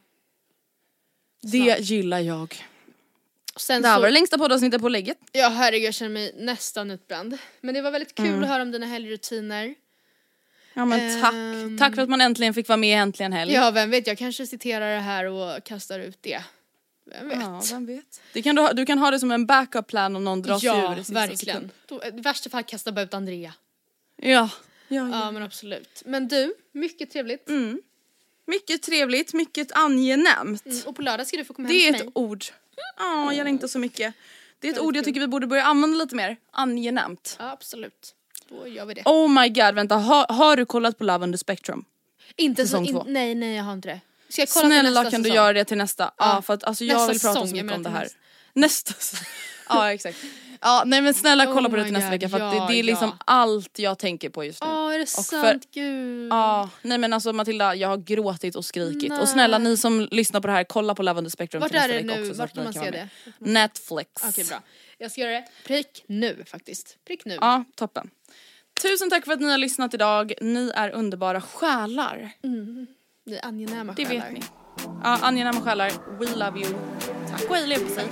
Det gillar jag. Sen det här var det längsta poddavsnittet på lägget. Ja, herregud, jag känner mig nästan utbränd. Men det var väldigt kul att höra om dina helgrutiner. Ja, men tack för att man äntligen fick vara med i Äntligen Helg. Ja, vem vet, jag kanske citerar det här och kastar ut det. Vem vet? Ja, vem vet. Du kan ha det som en backup plan om någon drar sig ur i sista verkligen. I värsta fall kasta bara ut Andrea. Ja, men absolut. Men du, mycket trevligt. Mycket trevligt, mycket angenämt. Och på lördag ska du få komma hem till mig. Det är ett ord. Jag längtar så mycket. Det är ett ord jag tycker vi borde börja använda lite mer. Angenämt. Ja, absolut. Då gör vi det. Oh my god, vänta. Har du kollat på Love on the Spectrum? Inte säsong 2. Nej, jag har inte det. Ska jag kolla snälla kan säsong? Du göra det till nästa? Ja, för att alltså, jag vill prata så mycket om det här. Nästa säsong. Ja, exakt. Ja, nej men snälla kolla på det till nästa vecka, för att det är liksom allt jag tänker på just nu. Är det sant? Gud. Ja, nej men alltså Matilda, jag har gråtit och skrikit. Nej. Och snälla ni som lyssnar på det här, kolla på Love on the Spectrum. Vart är det nu? Också, vart kan man se det? Netflix. Okej, bra. Jag ska göra det prick nu faktiskt. Prick nu. Ja, toppen. Tusen tack för att ni har lyssnat idag. Ni är underbara själar. Ni är angenäma det själar. Det vet ni. Ja, angenäma själar. We love you. Tack och hej, lev på sig.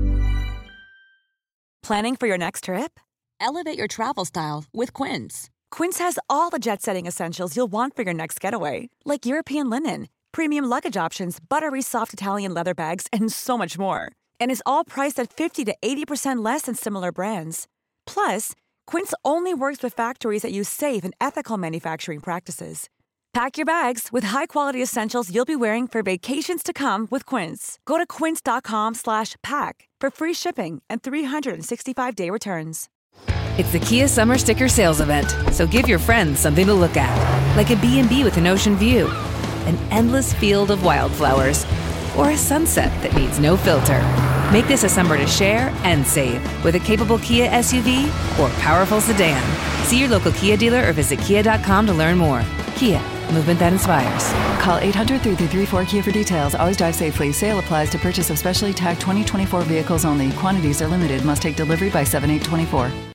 Planning for your next trip? Elevate your travel style with Quince. Quince has all the jet-setting essentials you'll want for your next getaway, like European linen, premium luggage options, buttery soft Italian leather bags, and so much more. And is all priced at 50 to 80% less than similar brands. Plus, Quince only works with factories that use safe and ethical manufacturing practices. Pack your bags with high-quality essentials you'll be wearing for vacations to come with Quince. Go to quince.com/pack for free shipping and 365-day returns. It's the Kia Summer Sticker Sales Event, so give your friends something to look at, like a B&B with an ocean view, an endless field of wildflowers, or a sunset that needs no filter. Make this a summer to share and save with a capable Kia SUV or powerful sedan. See your local Kia dealer or visit kia.com to learn more. Kia, movement that inspires. Call 800-3334-KIA for details. Always drive safely. Sale applies to purchase of specially tagged 2024 vehicles only. Quantities are limited. Must take delivery by 7/8/24.